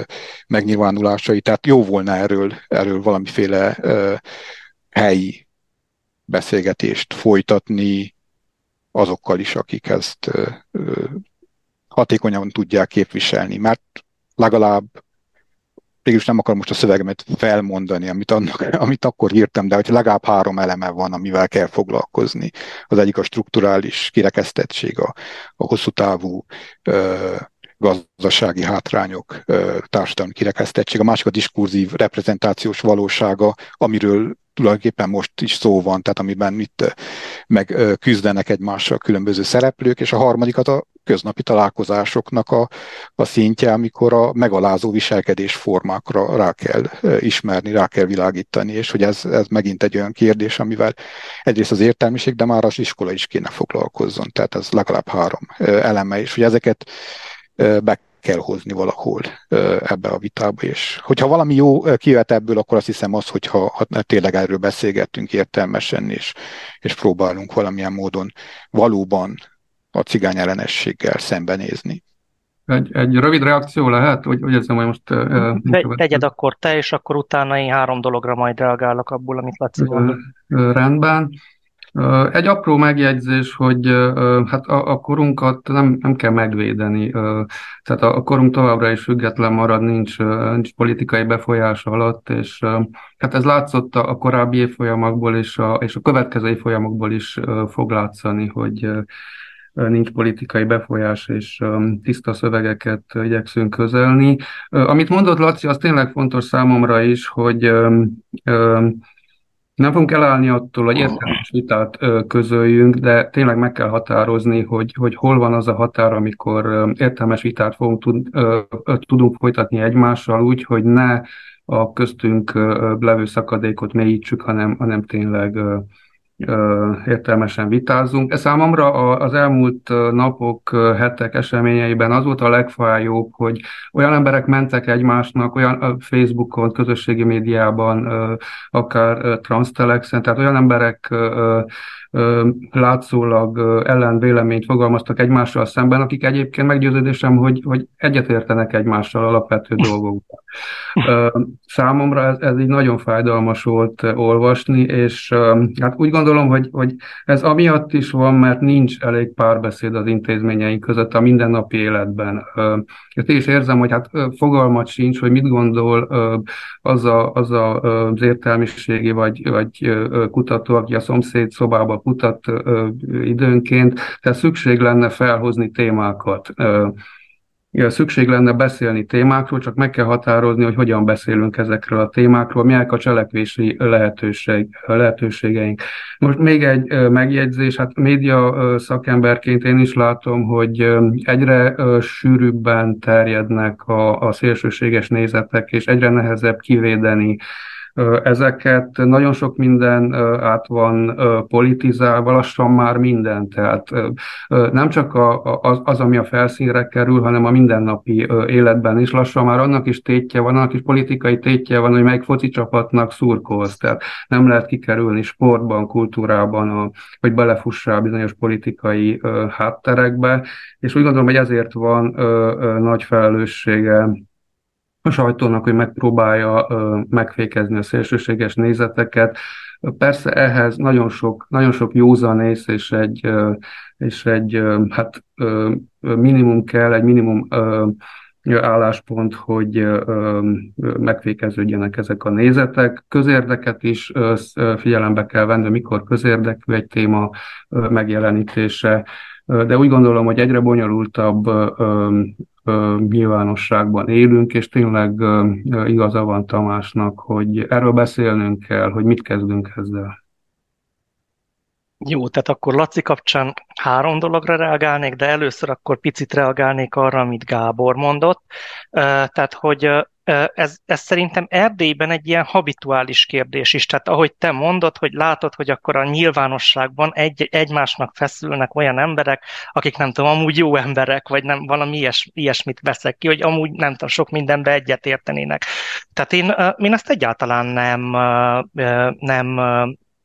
megnyilvánulásai. Tehát jó volna erről, erről valamiféle uh, helyi beszélgetést folytatni azokkal is, akik ezt hatékonyan tudják képviselni, mert legalább mégis nem akarom most a szövegemet felmondani, amit, annak, amit akkor írtam, de hogy legalább három eleme van, amivel kell foglalkozni. Az egyik a strukturális kirekesztettség, a, a hosszú távú ö, gazdasági hátrányok, ö, társadalmi kirekesztettség, a másik a diskurzív reprezentációs valósága, amiről tulajdonképpen most is szó van, tehát amiben itt meg küzdenek egymással különböző szereplők, és a harmadikat a köznapi találkozásoknak a, a szintje, amikor a megalázó viselkedés formákra rá kell ismerni, rá kell világítani, és hogy ez, ez megint egy olyan kérdés, amivel egyrészt az értelmiség, de már az iskola is kéne foglalkozzon, tehát ez legalább három eleme, és hogy ezeket be kell hozni valahol ebbe a vitába, és hogyha valami jó kijöhet ebből, akkor azt hiszem az, hogyha ha tényleg erről beszélgettünk értelmesen, és, és próbálunk valamilyen módon valóban a cigány ellenességgel szembenézni. Egy, egy rövid reakció lehet? Úgy, úgy érzem, hogy most... Uh, Tegyed akkor te, és akkor utána én három dologra majd reagálok abból, amit Laci mondott. Rendben. Egy apró megjegyzés, hogy hát a, a korunkat nem, nem kell megvédeni, tehát a, a korunk továbbra is független marad, nincs, nincs politikai befolyás alatt, és hát ez látszott a korábbi évfolyamokból és a, és a következő évfolyamokból is fog látszani, hogy nincs politikai befolyás, és tiszta szövegeket igyekszünk közelni. Amit mondott Laci, az tényleg fontos számomra is, hogy nem fogunk elállni attól, hogy értelmes vitát közöljünk, de tényleg meg kell határozni, hogy, hogy hol van az a határ, amikor értelmes vitát fogunk tud, tudunk folytatni egymással úgy, hogy ne a köztünk levő szakadékot mélyítsük, hanem, hanem tényleg értelmesen vitázzunk. Ez számomra az elmúlt napok, hetek eseményeiben az volt a legfájóbb, hogy olyan emberek mentek egymásnak, olyan Facebookon, közösségi médiában, akár transztelexen, tehát olyan emberek látszólag ellenvéleményt fogalmaztak egymással szemben, akik egyébként meggyőződésem, hogy, hogy egyetértenek egymással alapvető dolgokban. Számomra ez, ez így nagyon fájdalmas volt olvasni, és hát úgy gondolom, hogy, hogy ez amiatt is van, mert nincs elég párbeszéd az intézményeink között a mindennapi életben. Ezt is érzem, hogy hát fogalmat sincs, hogy mit gondol az, a, az, a, az értelmiségi vagy, vagy kutató, aki a szomszéd szobába kutat időnként, tehát szükség lenne felhozni témákat. Szükség lenne beszélni témákról, csak meg kell határozni, hogy hogyan beszélünk ezekről a témákról, milyenek a cselekvési lehetőség, lehetőségeink. Most még egy megjegyzés, hát média szakemberként én is látom, hogy egyre sűrűbben terjednek a, a szélsőséges nézetek, és egyre nehezebb kivédeni ezeket. Nagyon sok minden át van politizálva, lassan már minden, tehát nem csak az, az, ami a felszínre kerül, hanem a mindennapi életben is lassan már annak is tétje van, annak is politikai tétje van, hogy melyik foci csapatnak szurkolsz, tehát nem lehet kikerülni sportban, kultúrában, hogy belefussál bizonyos politikai hátterekbe, és úgy gondolom, hogy ezért van nagy felelőssége a sajtónak, hogy megpróbálja ö, megfékezni a szélsőséges nézeteket. Persze ehhez nagyon sok, nagyon sok józanész és egy, ö, és egy ö, hát, ö, minimum kell, egy minimum ö, álláspont, hogy ö, megfékeződjenek ezek a nézetek. Közérdeket is ö, figyelembe kell venni, mikor közérdekű egy téma ö, megjelenítése. De úgy gondolom, hogy egyre bonyolultabb ö, ö, nyilvánosságban élünk, és tényleg ö, igaza van Tamásnak, hogy erről beszélnünk kell, hogy mit kezdünk ezzel. Jó, tehát akkor Laci kapcsán három dologra reagálnék, de először akkor picit reagálnék arra, amit Gábor mondott. Tehát, hogy ez, ez szerintem Erdélyben egy ilyen habituális kérdés is. Tehát ahogy te mondod, hogy látod, hogy akkor a nyilvánosságban egy, egymásnak feszülnek olyan emberek, akik nem tudom, amúgy jó emberek, vagy nem valami ilyes, ilyesmit veszek ki, hogy amúgy nem tudom, sok mindenbe egyet értenének. Tehát én, én ezt egyáltalán nem, nem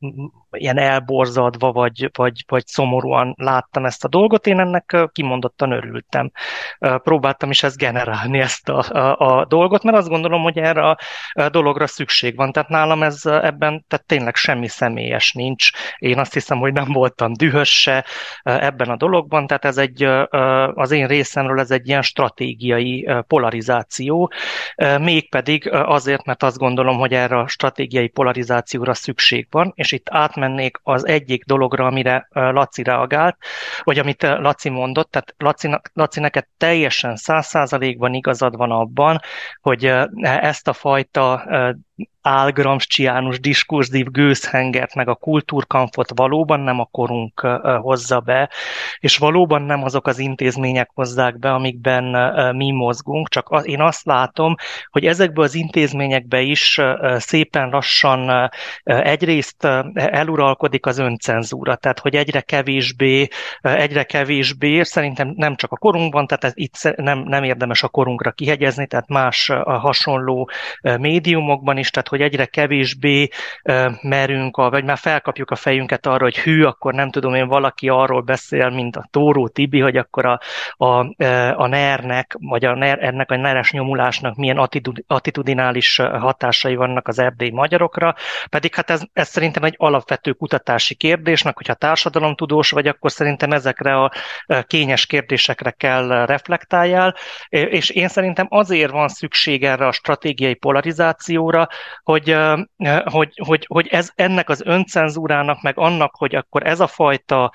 ilyen elborzadva, vagy, vagy, vagy szomorúan láttam ezt a dolgot, én ennek kimondottan örültem. Próbáltam is ezt generálni, ezt a, a, a dolgot, mert azt gondolom, hogy erre a dologra szükség van. Tehát nálam ez ebben tehát tényleg semmi személyes nincs. Én azt hiszem, hogy nem voltam dühös se ebben a dologban, tehát ez egy, az én részemről ez egy ilyen stratégiai polarizáció, mégpedig azért, mert azt gondolom, hogy erre a stratégiai polarizációra szükség van, és itt átmennék az egyik dologra, amire Laci reagált, vagy amit Laci mondott, tehát Laci, Laci neked teljesen száz százalékban igazad van abban, hogy ezt a fajta álgramsciánus diskurzív gőzhengert meg a kultúrkampot valóban nem a korunk hozza be, és valóban nem azok az intézmények hozzák be, amikben mi mozgunk, csak én azt látom, hogy ezekből az intézményekbe is szépen lassan egyrészt eluralkodik az öncenzúra, tehát hogy egyre kevésbé, egyre kevésbé, szerintem nem csak a korunkban, tehát itt nem, nem érdemes a korunkra kihegyezni, tehát más hasonló médiumokban is, tehát hogy egyre kevésbé uh, merünk, a, vagy már felkapjuk a fejünket arra, hogy hű, akkor nem tudom én, valaki arról beszél, mint a Tóró Tibi, hogy akkor a, a, a nernek, vagy a ner, ennek a neres nyomulásnak milyen atitud, attitudinális hatásai vannak az erdélyi magyarokra, pedig hát ez, ez szerintem egy alapvető kutatási kérdésnek, hogyha társadalomtudós vagy, akkor szerintem ezekre a kényes kérdésekre kell reflektáljál, és én szerintem azért van szükség erre a stratégiai polarizációra, hogy, hogy, hogy, hogy ez, ennek az öncenzúrának, meg annak, hogy akkor ez a fajta,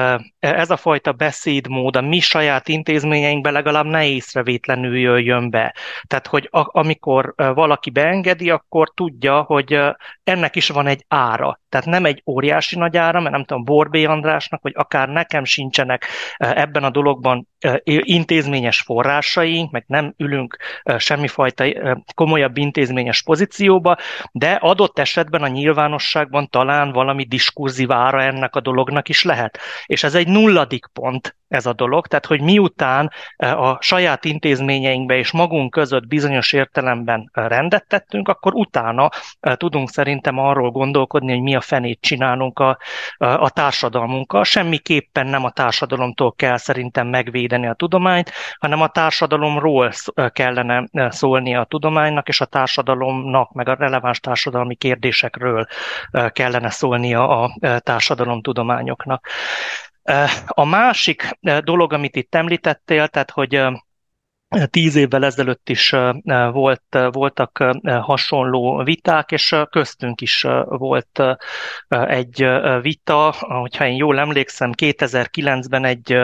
ez a fajta beszédmód a mi saját intézményeinkben legalább ne észrevétlenül jöjjön be. Tehát, hogy a, amikor valaki beengedi, akkor tudja, hogy ennek is van egy ára. Tehát nem egy óriási nagy ára, mert nem tudom, Borbély Andrásnak, vagy akár nekem sincsenek ebben a dologban intézményes forrásaink, meg nem ülünk semmifajta komolyabb intézményes pozícióba, de adott esetben a nyilvánosságban talán valami diskurzív ára ennek a dolognak is lehet. És ez egy nulladik pont, ez a dolog, tehát hogy miután a saját intézményeinkbe és magunk között bizonyos értelemben rendet tettünk, akkor utána tudunk szerintem arról gondolkodni, hogy mi a fenét csinálunk a, a társadalmunkkal. Semmiképpen nem a társadalomtól kell szerintem megvédeni a tudományt, hanem a társadalomról kellene szólni a tudománynak, és a társadalomnak, meg a releváns társadalmi kérdésekről kellene szólnia a társadalomtudományoknak. A másik dolog, amit itt említettél, tehát hogy tíz évvel ezelőtt is volt, voltak hasonló viták, és köztünk is volt egy vita, hogyha én jól emlékszem, kétezer-kilencben egy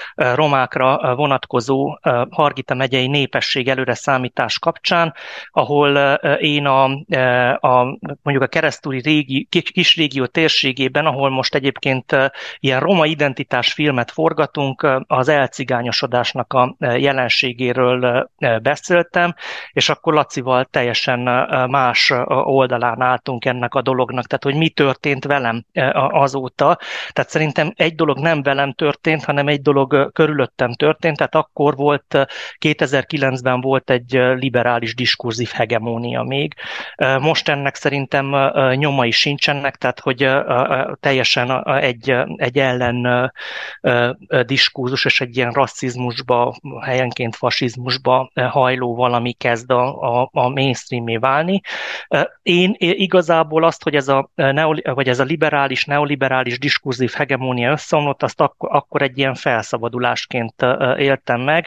romákra vonatkozó Hargita megyei népesség előre számítás kapcsán, ahol én a, a mondjuk a keresztúri régi, kis régió térségében, ahol most egyébként ilyen roma identitás filmet forgatunk, az elcigányosodásnak a jelenségéről ről beszéltem, és akkor Lacival teljesen más oldalán álltunk ennek a dolognak, tehát hogy mi történt velem azóta. Tehát szerintem egy dolog nem velem történt, hanem egy dolog körülöttem történt, tehát akkor volt, kétezer-kilencben volt egy liberális diskurzív hegemónia még. Most ennek szerintem nyomai sincsenek, tehát hogy teljesen egy, egy ellen diskurzus és egy ilyen rasszizmusba, helyenként fasizmusba hajló valami kezd a, a, a mainstreamé válni. Én igazából azt, hogy ez a, neoli, vagy ez a liberális, neoliberális diskurzív hegemónia összeomlott, azt akkor, akkor egy ilyen felszabadulásként éltem meg.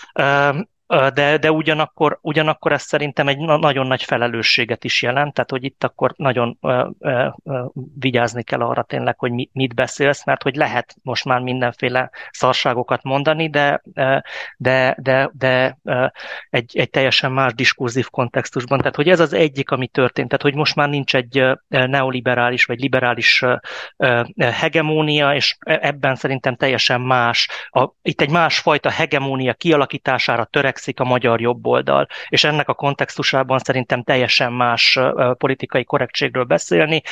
De, de ugyanakkor, ugyanakkor ez szerintem egy nagyon nagy felelősséget is jelent, tehát hogy itt akkor nagyon uh, uh, vigyázni kell arra tényleg, hogy mi, mit beszélsz, mert hogy lehet most már mindenféle szarságokat mondani, de, uh, de, de, de uh, egy, egy teljesen más diskurzív kontextusban. Tehát hogy ez az egyik, ami történt, tehát hogy most már nincs egy uh, neoliberális vagy liberális uh, uh, hegemónia, és ebben szerintem teljesen más. A, itt egy másfajta hegemónia kialakítására törekszik fekszik a magyar jobboldal. És ennek a kontextusában szerintem teljesen más politikai korrektségről beszélni.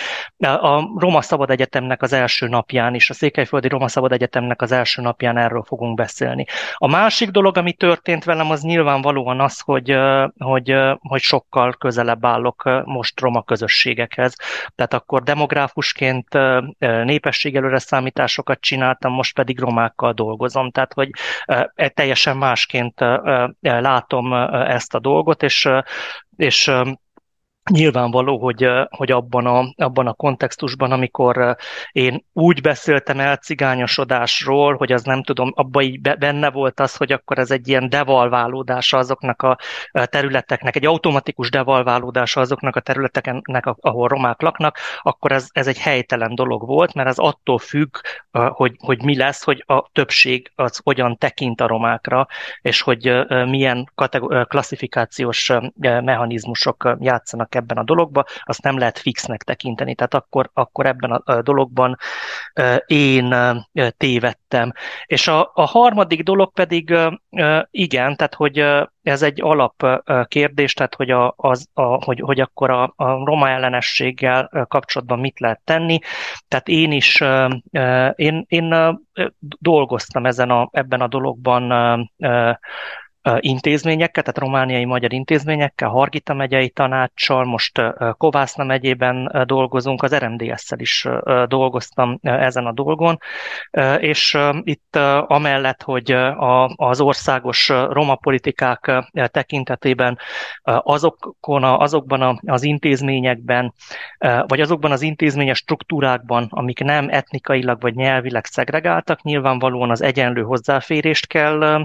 A Roma Szabad Egyetemnek az első napján is, a Székelyföldi Roma Szabad Egyetemnek az első napján erről fogunk beszélni. A másik dolog, ami történt velem, az nyilvánvalóan az, hogy, hogy, hogy sokkal közelebb állok most roma közösségekhez. Tehát akkor demográfusként népességelőre számításokat csináltam, most pedig romákkal dolgozom. Tehát, hogy teljesen másként látom ezt a dolgot, és, és nyilvánvaló, hogy, hogy abban, a, abban a kontextusban, amikor én úgy beszéltem el cigányosodásról, hogy az nem tudom, abban így benne volt az, hogy akkor ez egy ilyen devalválódása azoknak a területeknek, egy automatikus devalválódása azoknak a területeknek, ahol romák laknak, akkor ez, ez egy helytelen dolog volt, mert ez attól függ, hogy, hogy mi lesz, hogy a többség az hogyan tekint a romákra, és hogy milyen kategor- klasszifikációs mechanizmusok játszanak ebben a dologban, azt nem lehet fixnek tekinteni. Tehát akkor, akkor ebben a dologban én tévedtem. És a, a harmadik dolog pedig igen, tehát hogy ez egy alapkérdés, tehát hogy, a, az, a, hogy, hogy akkor a, a roma ellenességgel kapcsolatban mit lehet tenni. Tehát én is én, én dolgoztam ezen a, ebben a dologban intézményekkel, tehát romániai magyar intézményekkel, Hargita megyei tanácssal, most Kovászna megyében dolgozunk, az er em dé es-szel is dolgoztam ezen a dolgon, és itt amellett, hogy az országos roma politikák tekintetében azokon a, azokban az intézményekben, vagy azokban az intézményes struktúrákban, amik nem etnikailag vagy nyelvileg szegregáltak, nyilvánvalóan az egyenlő hozzáférést kell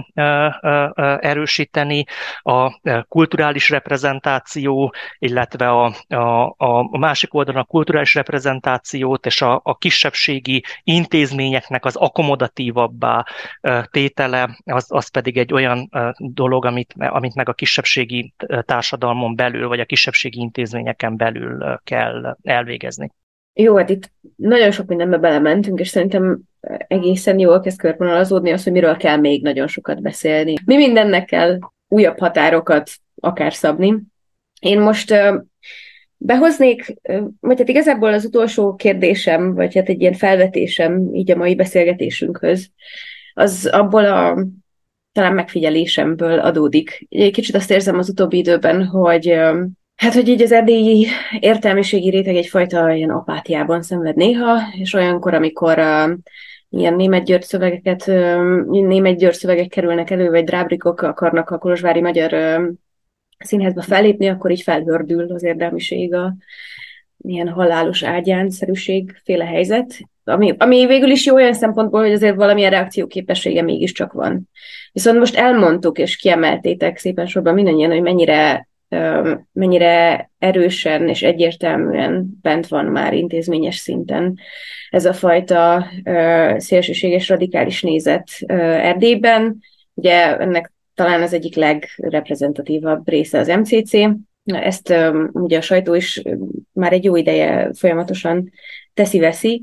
erősíteni, a kulturális reprezentáció, illetve a, a, a másik oldalon a kulturális reprezentációt és a, a kisebbségi intézményeknek az akkomodatívabbá tétele, az, az pedig egy olyan dolog, amit, amit meg a kisebbségi társadalmon belül, vagy a kisebbségi intézményeken belül kell elvégezni. Jó, hát itt nagyon sok mindenbe belementünk, és szerintem egészen jól kezd körvonalazódni az, hogy miről kell még nagyon sokat beszélni. Mi mindennek kell újabb határokat akár szabni. Én most uh, behoznék, uh, vagy hát igazából az utolsó kérdésem, vagy hát egy ilyen felvetésem így a mai beszélgetésünkhöz, az abból a talán megfigyelésemből adódik. Egy kicsit azt érzem az utóbbi időben, hogy uh, Hát, hogy így az erdélyi értelmiségi réteg egyfajta ilyen apátiában szenved néha, és olyankor, amikor uh, ilyen német-győr szövegeket, uh, német-győr szövegek kerülnek elő, vagy drábrikok akarnak a kolozsvári magyar uh, színházba fellépni, akkor így felhördül az értelmiség a ilyen halálos ágyánszerűség féle helyzet, ami, ami végül is jó olyan szempontból, hogy azért valamilyen reakcióképessége mégiscsak van. Viszont most elmondtuk, és kiemeltétek szépen sorban mindannyian, hogy mennyire mennyire erősen és egyértelműen bent van már intézményes szinten ez a fajta uh, szélsőséges radikális nézet uh, Erdélyben. Ugye ennek talán az egyik legreprezentatívabb része az em cé cé. Ezt um, ugye a sajtó is már egy jó ideje folyamatosan teszi-veszi,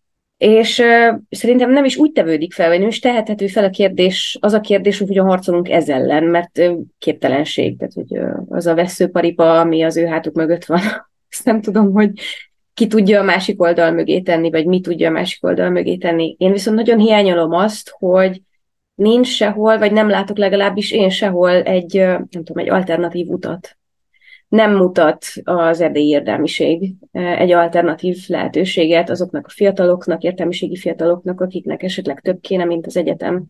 és uh, szerintem nem is úgy tevődik fel, vagy nem is tehethető fel a kérdés, az a kérdés, hogy hogyan harcolunk ez ellen, mert uh, képtelenség, tehát hogy uh, az a vesszőparipa, ami az ő hátuk mögött van, azt nem tudom, hogy ki tudja a másik oldal mögé tenni, vagy mi tudja a másik oldal mögé tenni. Én viszont nagyon hiányolom azt, hogy nincs sehol, vagy nem látok legalábbis én sehol egy, uh, nem tudom, egy alternatív utat. Nem mutat az erdélyi értelmiség egy alternatív lehetőséget azoknak a fiataloknak, értelmiségi fiataloknak, akiknek esetleg több kéne, mint az egyetem.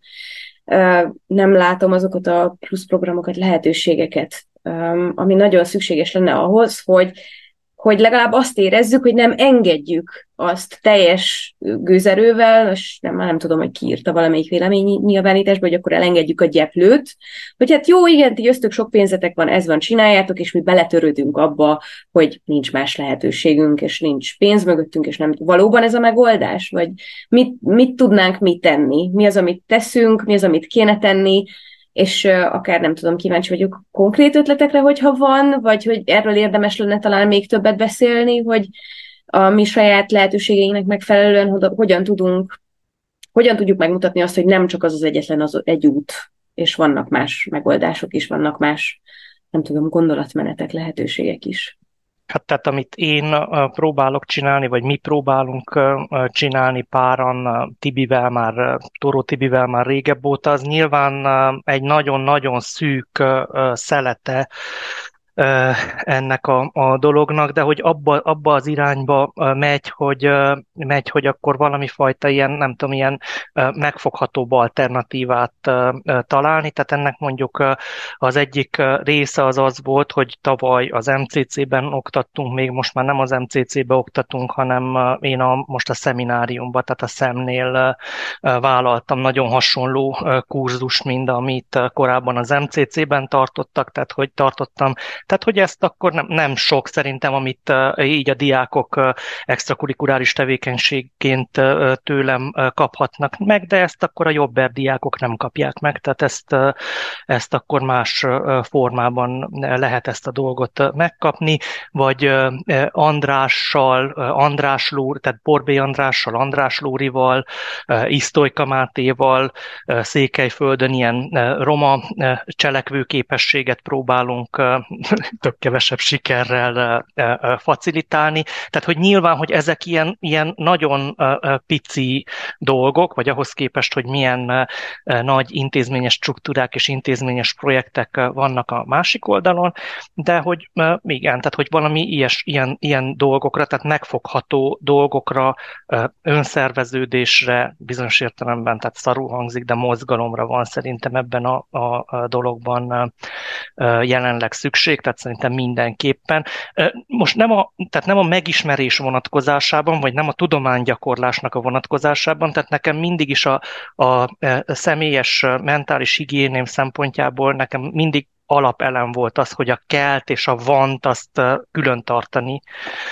Nem látom azokat a plusz programokat, lehetőségeket, ami nagyon szükséges lenne ahhoz, hogy, hogy legalább azt érezzük, hogy nem engedjük azt teljes gőzerővel, és nem, már nem tudom, hogy ki írta valamelyik véleménynyilvánításba, hogy akkor elengedjük a gyeplőt, hogy hát jó, igen, tiöztök sok pénzetek van, ez van, csináljátok, és mi beletörődünk abba, hogy nincs más lehetőségünk, és nincs pénz mögöttünk, és nem valóban ez a megoldás, vagy mit, mit tudnánk mi tenni, mi az, amit teszünk, mi az, amit kéne tenni, és uh, akár nem tudom, kíváncsi vagyok konkrét ötletekre, hogyha van, vagy hogy erről érdemes lenne talán még többet beszélni, hogy a mi saját lehetőségeinknek megfelelően hogyan tudunk, hogyan tudjuk megmutatni azt, hogy nem csak az az egyetlen az egy út, és vannak más megoldások is, vannak más, nem tudom, gondolatmenetek, lehetőségek is. Hát tehát amit én próbálok csinálni, vagy mi próbálunk csinálni páran Tibivel már, Tóró Tibivel már régebb óta, az nyilván egy nagyon-nagyon szűk szelete ennek a, a dolognak, de hogy abba, abba az irányba megy, hogy, megy, hogy akkor valami fajta ilyen, nem tudom, ilyen megfoghatóbb alternatívát találni. Tehát ennek mondjuk az egyik része az az volt, hogy tavaly az em cé cé-ben oktattunk, még most már nem az em cé cé-be oktatunk, hanem én a, most a szemináriumban, tehát a szemnél vállaltam nagyon hasonló kurzus, mint amit korábban az em cé cé-ben tartottak, tehát hogy tartottam. Tehát, hogy ezt akkor nem, nem sok szerintem, amit uh, így a diákok uh, extrakurikuláris tevékenységként uh, tőlem uh, kaphatnak meg, de ezt akkor a jobber diákok nem kapják meg, tehát ezt, uh, ezt akkor más uh, formában lehet ezt a dolgot uh, megkapni, vagy uh, Andrással, uh, András Lóri, tehát Borbély Andrással, András Lórival, uh, Isztolyka Mátéval, uh, Székelyföldön ilyen uh, roma uh, cselekvőképességet próbálunk uh, több-kevesebb sikerrel uh, facilitálni. Tehát, hogy nyilván, hogy ezek ilyen, ilyen nagyon uh, pici dolgok, vagy ahhoz képest, hogy milyen uh, nagy intézményes struktúrák és intézményes projektek uh, vannak a másik oldalon, de hogy uh, igen, tehát, hogy valami ilyes, ilyen, ilyen dolgokra, tehát megfogható dolgokra, uh, önszerveződésre, bizonyos értelemben, tehát szarul hangzik, de mozgalomra van szerintem ebben a, a, a dologban uh, jelenleg szükség, tehát szerintem mindenképpen. Most nem a, tehát nem a megismerés vonatkozásában, vagy nem a tudománygyakorlásnak a vonatkozásában, tehát nekem mindig is a, a személyes mentális higiéném szempontjából nekem mindig alapelem volt az, hogy a kelt és a vant azt külön tartani.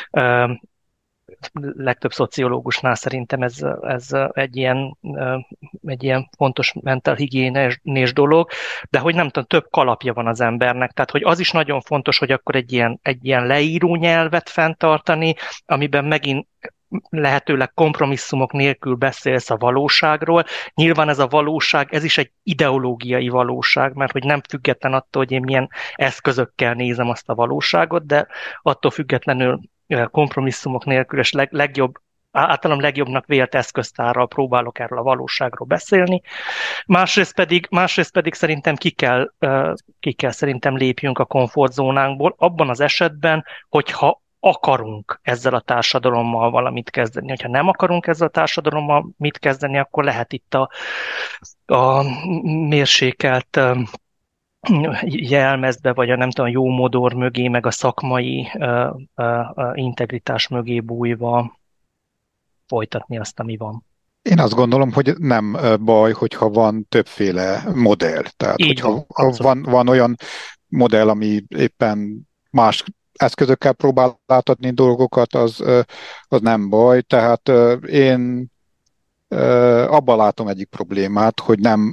Legtöbb szociológusnál szerintem ez, ez egy, ilyen, egy ilyen fontos mentál higiénés dolog, de hogy nem tudom, több kalapja van az embernek, tehát hogy az is nagyon fontos, hogy akkor egy ilyen, egy ilyen leíró nyelvet fenntartani, amiben megint lehetőleg kompromisszumok nélkül beszélsz a valóságról. Nyilván ez a valóság, ez is egy ideológiai valóság, mert hogy nem független attól, hogy én milyen eszközökkel nézem azt a valóságot, de attól függetlenül kompromisszumok nélkül, és leg, legjobb, általában legjobbnak vélt eszköztárral próbálok erről a valóságról beszélni. Másrészt pedig, másrészt pedig szerintem ki kell, ki kell szerintem lépjünk a komfortzónánkból, abban az esetben, hogyha akarunk ezzel a társadalommal valamit kezdeni. Hogyha nem akarunk ezzel a társadalommal mit kezdeni, akkor lehet itt a, a mérsékelt jelmezbe, vagy a nem tudom, jó modor mögé, meg a szakmai uh, uh, integritás mögé bújva folytatni azt, ami van. Én azt gondolom, hogy nem baj, hogyha van többféle modell. Tehát, így hogyha van, van, van olyan modell, ami éppen más eszközökkel próbál átadni dolgokat, az, az nem baj. Tehát én abban látom egyik problémát, hogy nem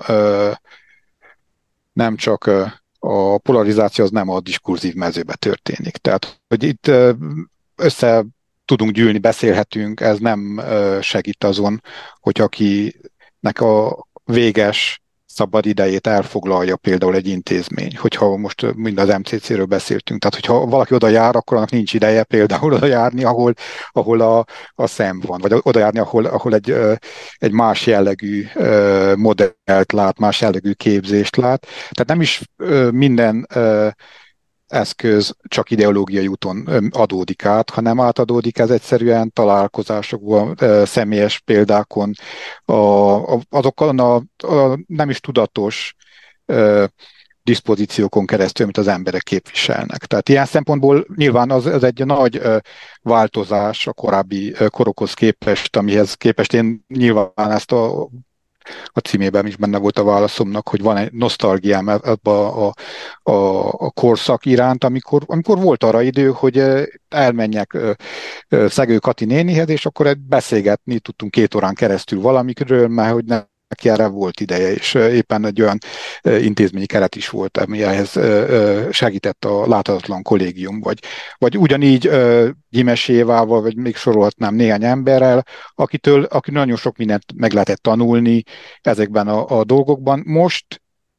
nem csak a polarizáció az nem a diskurzív mezőbe történik. Tehát, hogy itt össze tudunk gyűlni, beszélhetünk, ez nem segít azon, hogy akinek a véges szabad idejét elfoglalja például egy intézmény, hogyha most mind az em cé cé-ről beszéltünk, tehát hogyha valaki oda jár, akkor annak nincs ideje például oda járni, ahol, ahol a, a szem van, vagy oda járni, ahol, ahol egy, egy más jellegű modellt lát, más jellegű képzést lát. Tehát nem is minden eszköz csak ideológiai úton adódik át, hanem átadódik ez egyszerűen találkozásokon, személyes példákon, a, a, azokon a, a nem is tudatos a, diszpozíciókon keresztül, amit az emberek képviselnek. Tehát ilyen szempontból nyilván az, az egy nagy változás a korábbi korokhoz képest, amihez képest én nyilván ezt a a címében is benne volt a válaszomnak, hogy van egy nosztalgiám ebbe a, a, a korszak iránt, amikor, amikor volt arra idő, hogy elmenjek Szegő Kati nénihez, és akkor beszélgetni tudtunk két órán keresztül valamikről, mert hogy nem neki erre volt ideje, és éppen egy olyan intézményi keret is volt, ami ehhez segített a láthatatlan kollégium, vagy, vagy ugyanígy Gyimes Évával, vagy még sorolhatnám néhány emberrel, akitől, aki nagyon sok mindent meg lehetett tanulni ezekben a, a dolgokban. Most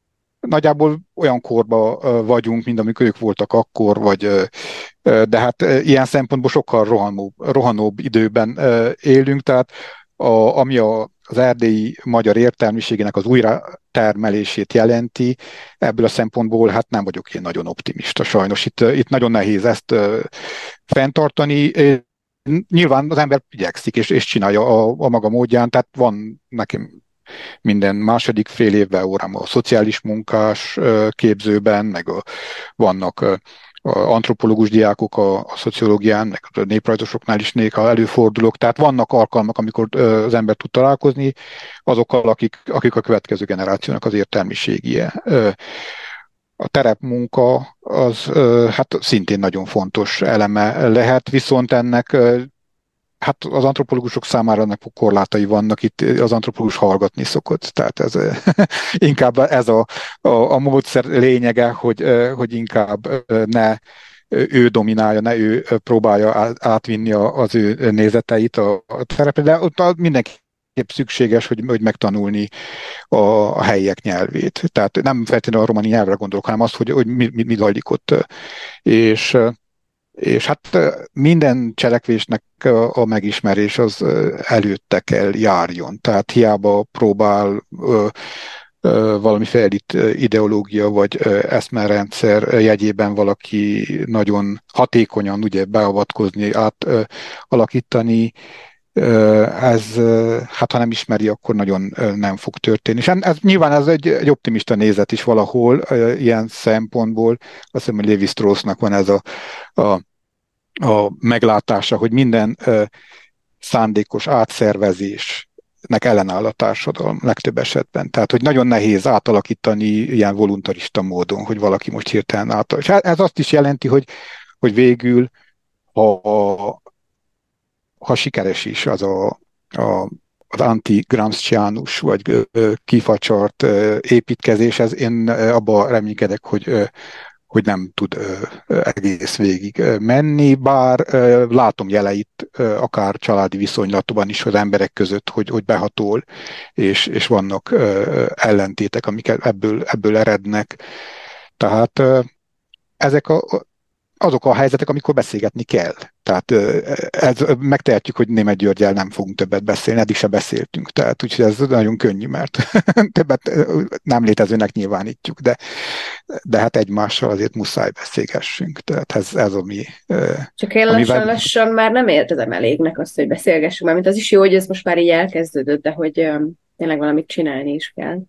nagyjából olyan korba vagyunk, mint amikor ők voltak akkor, vagy, de hát ilyen szempontból sokkal rohanóbb, rohanóbb időben élünk, tehát a, ami a, az erdélyi magyar értelmiségének az újratermelését jelenti, ebből a szempontból hát nem vagyok én nagyon optimista sajnos. Itt, itt nagyon nehéz ezt fenntartani. Nyilván az ember igyekszik és, és csinálja a, a maga módján, tehát van nekem minden második fél évvel órám a szociális munkás képzőben, meg a, vannak a antropológus diákok a, a szociológián, meg a néprajzosoknál is néha előfordulok, tehát vannak alkalmak, amikor az ember tud találkozni azokkal, akik, akik a következő generációnak az értelmiségie. A terepmunka az hát szintén nagyon fontos eleme lehet, viszont ennek hát az antropológusok számára ennek korlátai vannak, itt az antropológus hallgatni szokott, tehát ez inkább ez a, a, a módszer lényege, hogy, hogy inkább ne ő dominálja, ne ő próbálja átvinni az ő nézeteit a, a terepre, de ott mindenki szükséges, hogy, hogy megtanulni a, a helyiek nyelvét. Tehát nem feltétlenül a romani nyelvre gondolok, hanem azt, hogy, hogy mi, mi, mi zajlik ott. És És hát minden cselekvésnek a megismerés az előtte kell járjon. Tehát hiába próbál valamiféle ideológia vagy eszmerendszer jegyében valaki nagyon hatékonyan ugye beavatkozni, átalakítani, ez, hát ha nem ismeri, akkor nagyon nem fog történni. És ez, nyilván ez egy, egy optimista nézet is valahol, ilyen szempontból. Azt hiszem, hogy Lévi Straussnak van ez a, a, a meglátása, hogy minden szándékos átszervezésnek ellenáll a társadalom legtöbb esetben. Tehát, hogy nagyon nehéz átalakítani ilyen voluntarista módon, hogy valaki most hirtelen átalakítja. És ez azt is jelenti, hogy, hogy végül, ha ha sikeres is az a, a, az anti-Gramsciánus vagy kifacsart építkezés, ez én abba reménykedek, hogy, hogy nem tud egész végig menni, bár látom jeleit akár családi viszonylatban is az emberek között, hogy, hogy behatol, és, és vannak ellentétek, amik ebből, ebből erednek. Tehát ezek a azok a helyzetek, amikor beszélgetni kell. Tehát ez, megtehetjük, hogy Németh Györggyel nem fogunk többet beszélni, eddig se beszéltünk. Tehát úgyhogy ez nagyon könnyű, mert többet nem létezőnek nyilvánítjuk, de, de hát egymással azért muszáj beszélgessünk. Tehát ez, ez ami... Csak én lassan, lassan már nem értezem elégnek azt, hogy beszélgessünk, mert mint az is jó, hogy ez most már így elkezdődött, de hogy um, tényleg valamit csinálni is kell.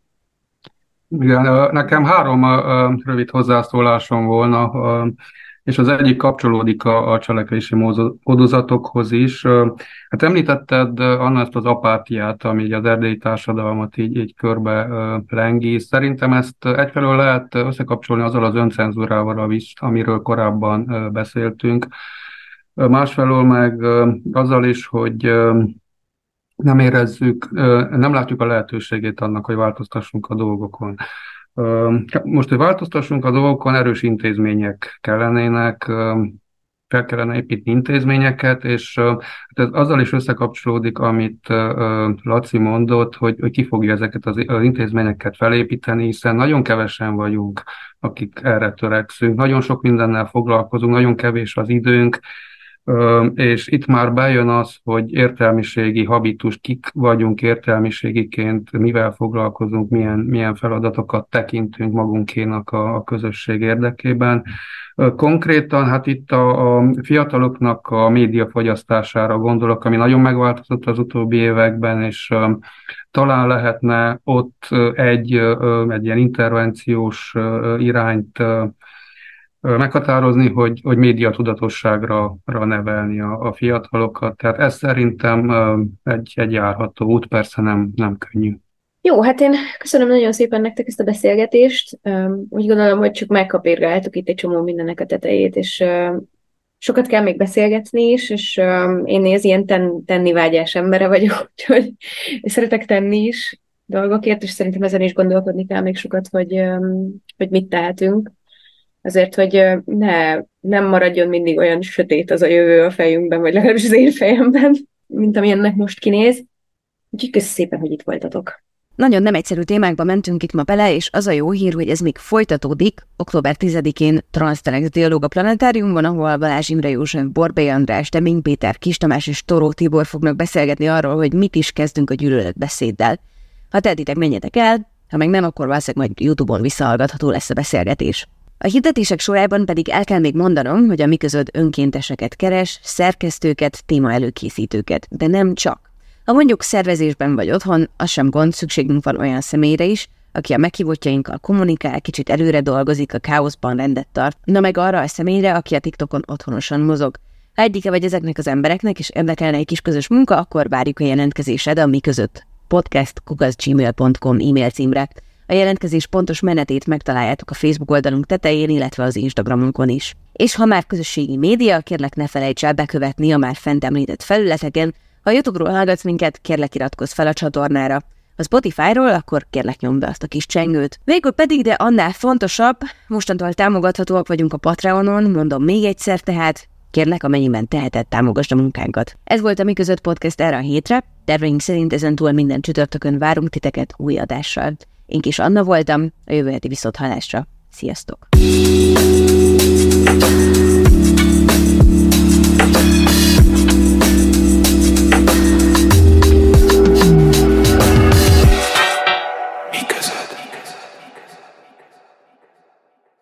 Igen, nekem három uh, rövid hozzászólásom volna, uh, és az egyik kapcsolódik a, a cselekvési módozatokhoz is. Hát említetted, Anna, ezt az apátiát, ami így az erdélyi társadalmat így, így körbe lengi. Szerintem ezt egyfelől lehet összekapcsolni azzal az öncenzúrával, amiről korábban beszéltünk. Másfelől meg azzal is, hogy nem érezzük, nem látjuk a lehetőségét annak, hogy változtassunk a dolgokon. Most, hogy változtassunk a dolgokon, erős intézmények kellenének, fel kellene építeni intézményeket, és ez azzal is összekapcsolódik, amit Laci mondott, hogy, hogy ki fogja ezeket az intézményeket felépíteni, hiszen nagyon kevesen vagyunk, akik erre törekszünk, nagyon sok mindennel foglalkozunk, nagyon kevés az időnk, és itt már bejön az, hogy értelmiségi habitus, kik vagyunk értelmiségiként, mivel foglalkozunk, milyen, milyen feladatokat tekintünk magunkénak a, a közösség érdekében. Konkrétan hát itt a, a fiataloknak a médiafogyasztására gondolok, ami nagyon megváltozott az utóbbi években, és um, talán lehetne ott egy, egy ilyen intervenciós irányt meghatározni, hogy, hogy média tudatosságra nevelni a, a fiatalokat. Tehát ez szerintem egy, egy járható út, persze nem, nem könnyű. Jó, hát én köszönöm nagyon szépen nektek ezt a beszélgetést. Úgy gondolom, hogy csak megkapírgáltuk itt egy csomó mindennek a tetejét, és sokat kell még beszélgetni is, és én az ilyen ten, tenni vágyás embere vagyok, úgyhogy szeretek tenni is dolgokért, és szerintem ezen is gondolkodni kell még sokat, hogy, hogy mit tehetünk. Azért, hogy ne, nem maradjon mindig olyan sötét az a jövő a fejünkben, vagy legalábbis az én fejemben, mint ami ennek most kinéz. Úgyhogy köszönöm szépen, hogy itt voltatok. Nagyon nem egyszerű témákba mentünk itt ma bele, és az a jó hír, hogy ez még folytatódik. október tizedikén Transztelex Dialóg a Planetáriumban, ahol Balázs Imre József, Borbély András, Deming Péter, Kis Tamás és Toró Tibor fognak beszélgetni arról, hogy mit is kezdünk a gyűlöletbeszéddel. Ha tehetitek, menjetek el, ha meg nem, akkor valószínűleg majd YouTube-on visszahallgatható lesz a beszélgetés. A hirdetések sorában pedig el kell még mondanom, hogy a Miközöd önkénteseket keres, szerkesztőket, téma előkészítőket, de nem csak. Ha mondjuk szervezésben vagy otthon, az sem gond, szükségünk van olyan személyre is, aki a meghívottjainkkal kommunikál, kicsit előre dolgozik, a káoszban rendet tart, na meg arra a személyre, aki a TikTokon otthonosan mozog. Ha egyike vagy ezeknek az embereknek, és érdekelne egy kis közös munka, akkor várjuk a jelentkezésed a Miközött podcast kukac gmail pont com e-mail címre. A jelentkezés pontos menetét megtaláljátok a Facebook oldalunk tetején, illetve az Instagramunkon is. És ha már közösségi média, kérlek ne felejts el bekövetni a már fent említett felületeken. Ha YouTube-ról hallgatsz minket, kérlek iratkozz fel a csatornára. A Spotify-ról, akkor kérlek nyomd be azt a kis csengőt. Végül pedig, de annál fontosabb, mostantól támogathatóak vagyunk a Patreonon, mondom még egyszer, tehát kérlek, amennyiben teheted, támogasd a munkánkat. Ez volt a Miközött podcast erre a hétre, terveink szerint ezentúl minden csütörtökön várunk titeket új adással. Én Kis Anna voltam, a jövő heti viszonthallásra. Sziasztok!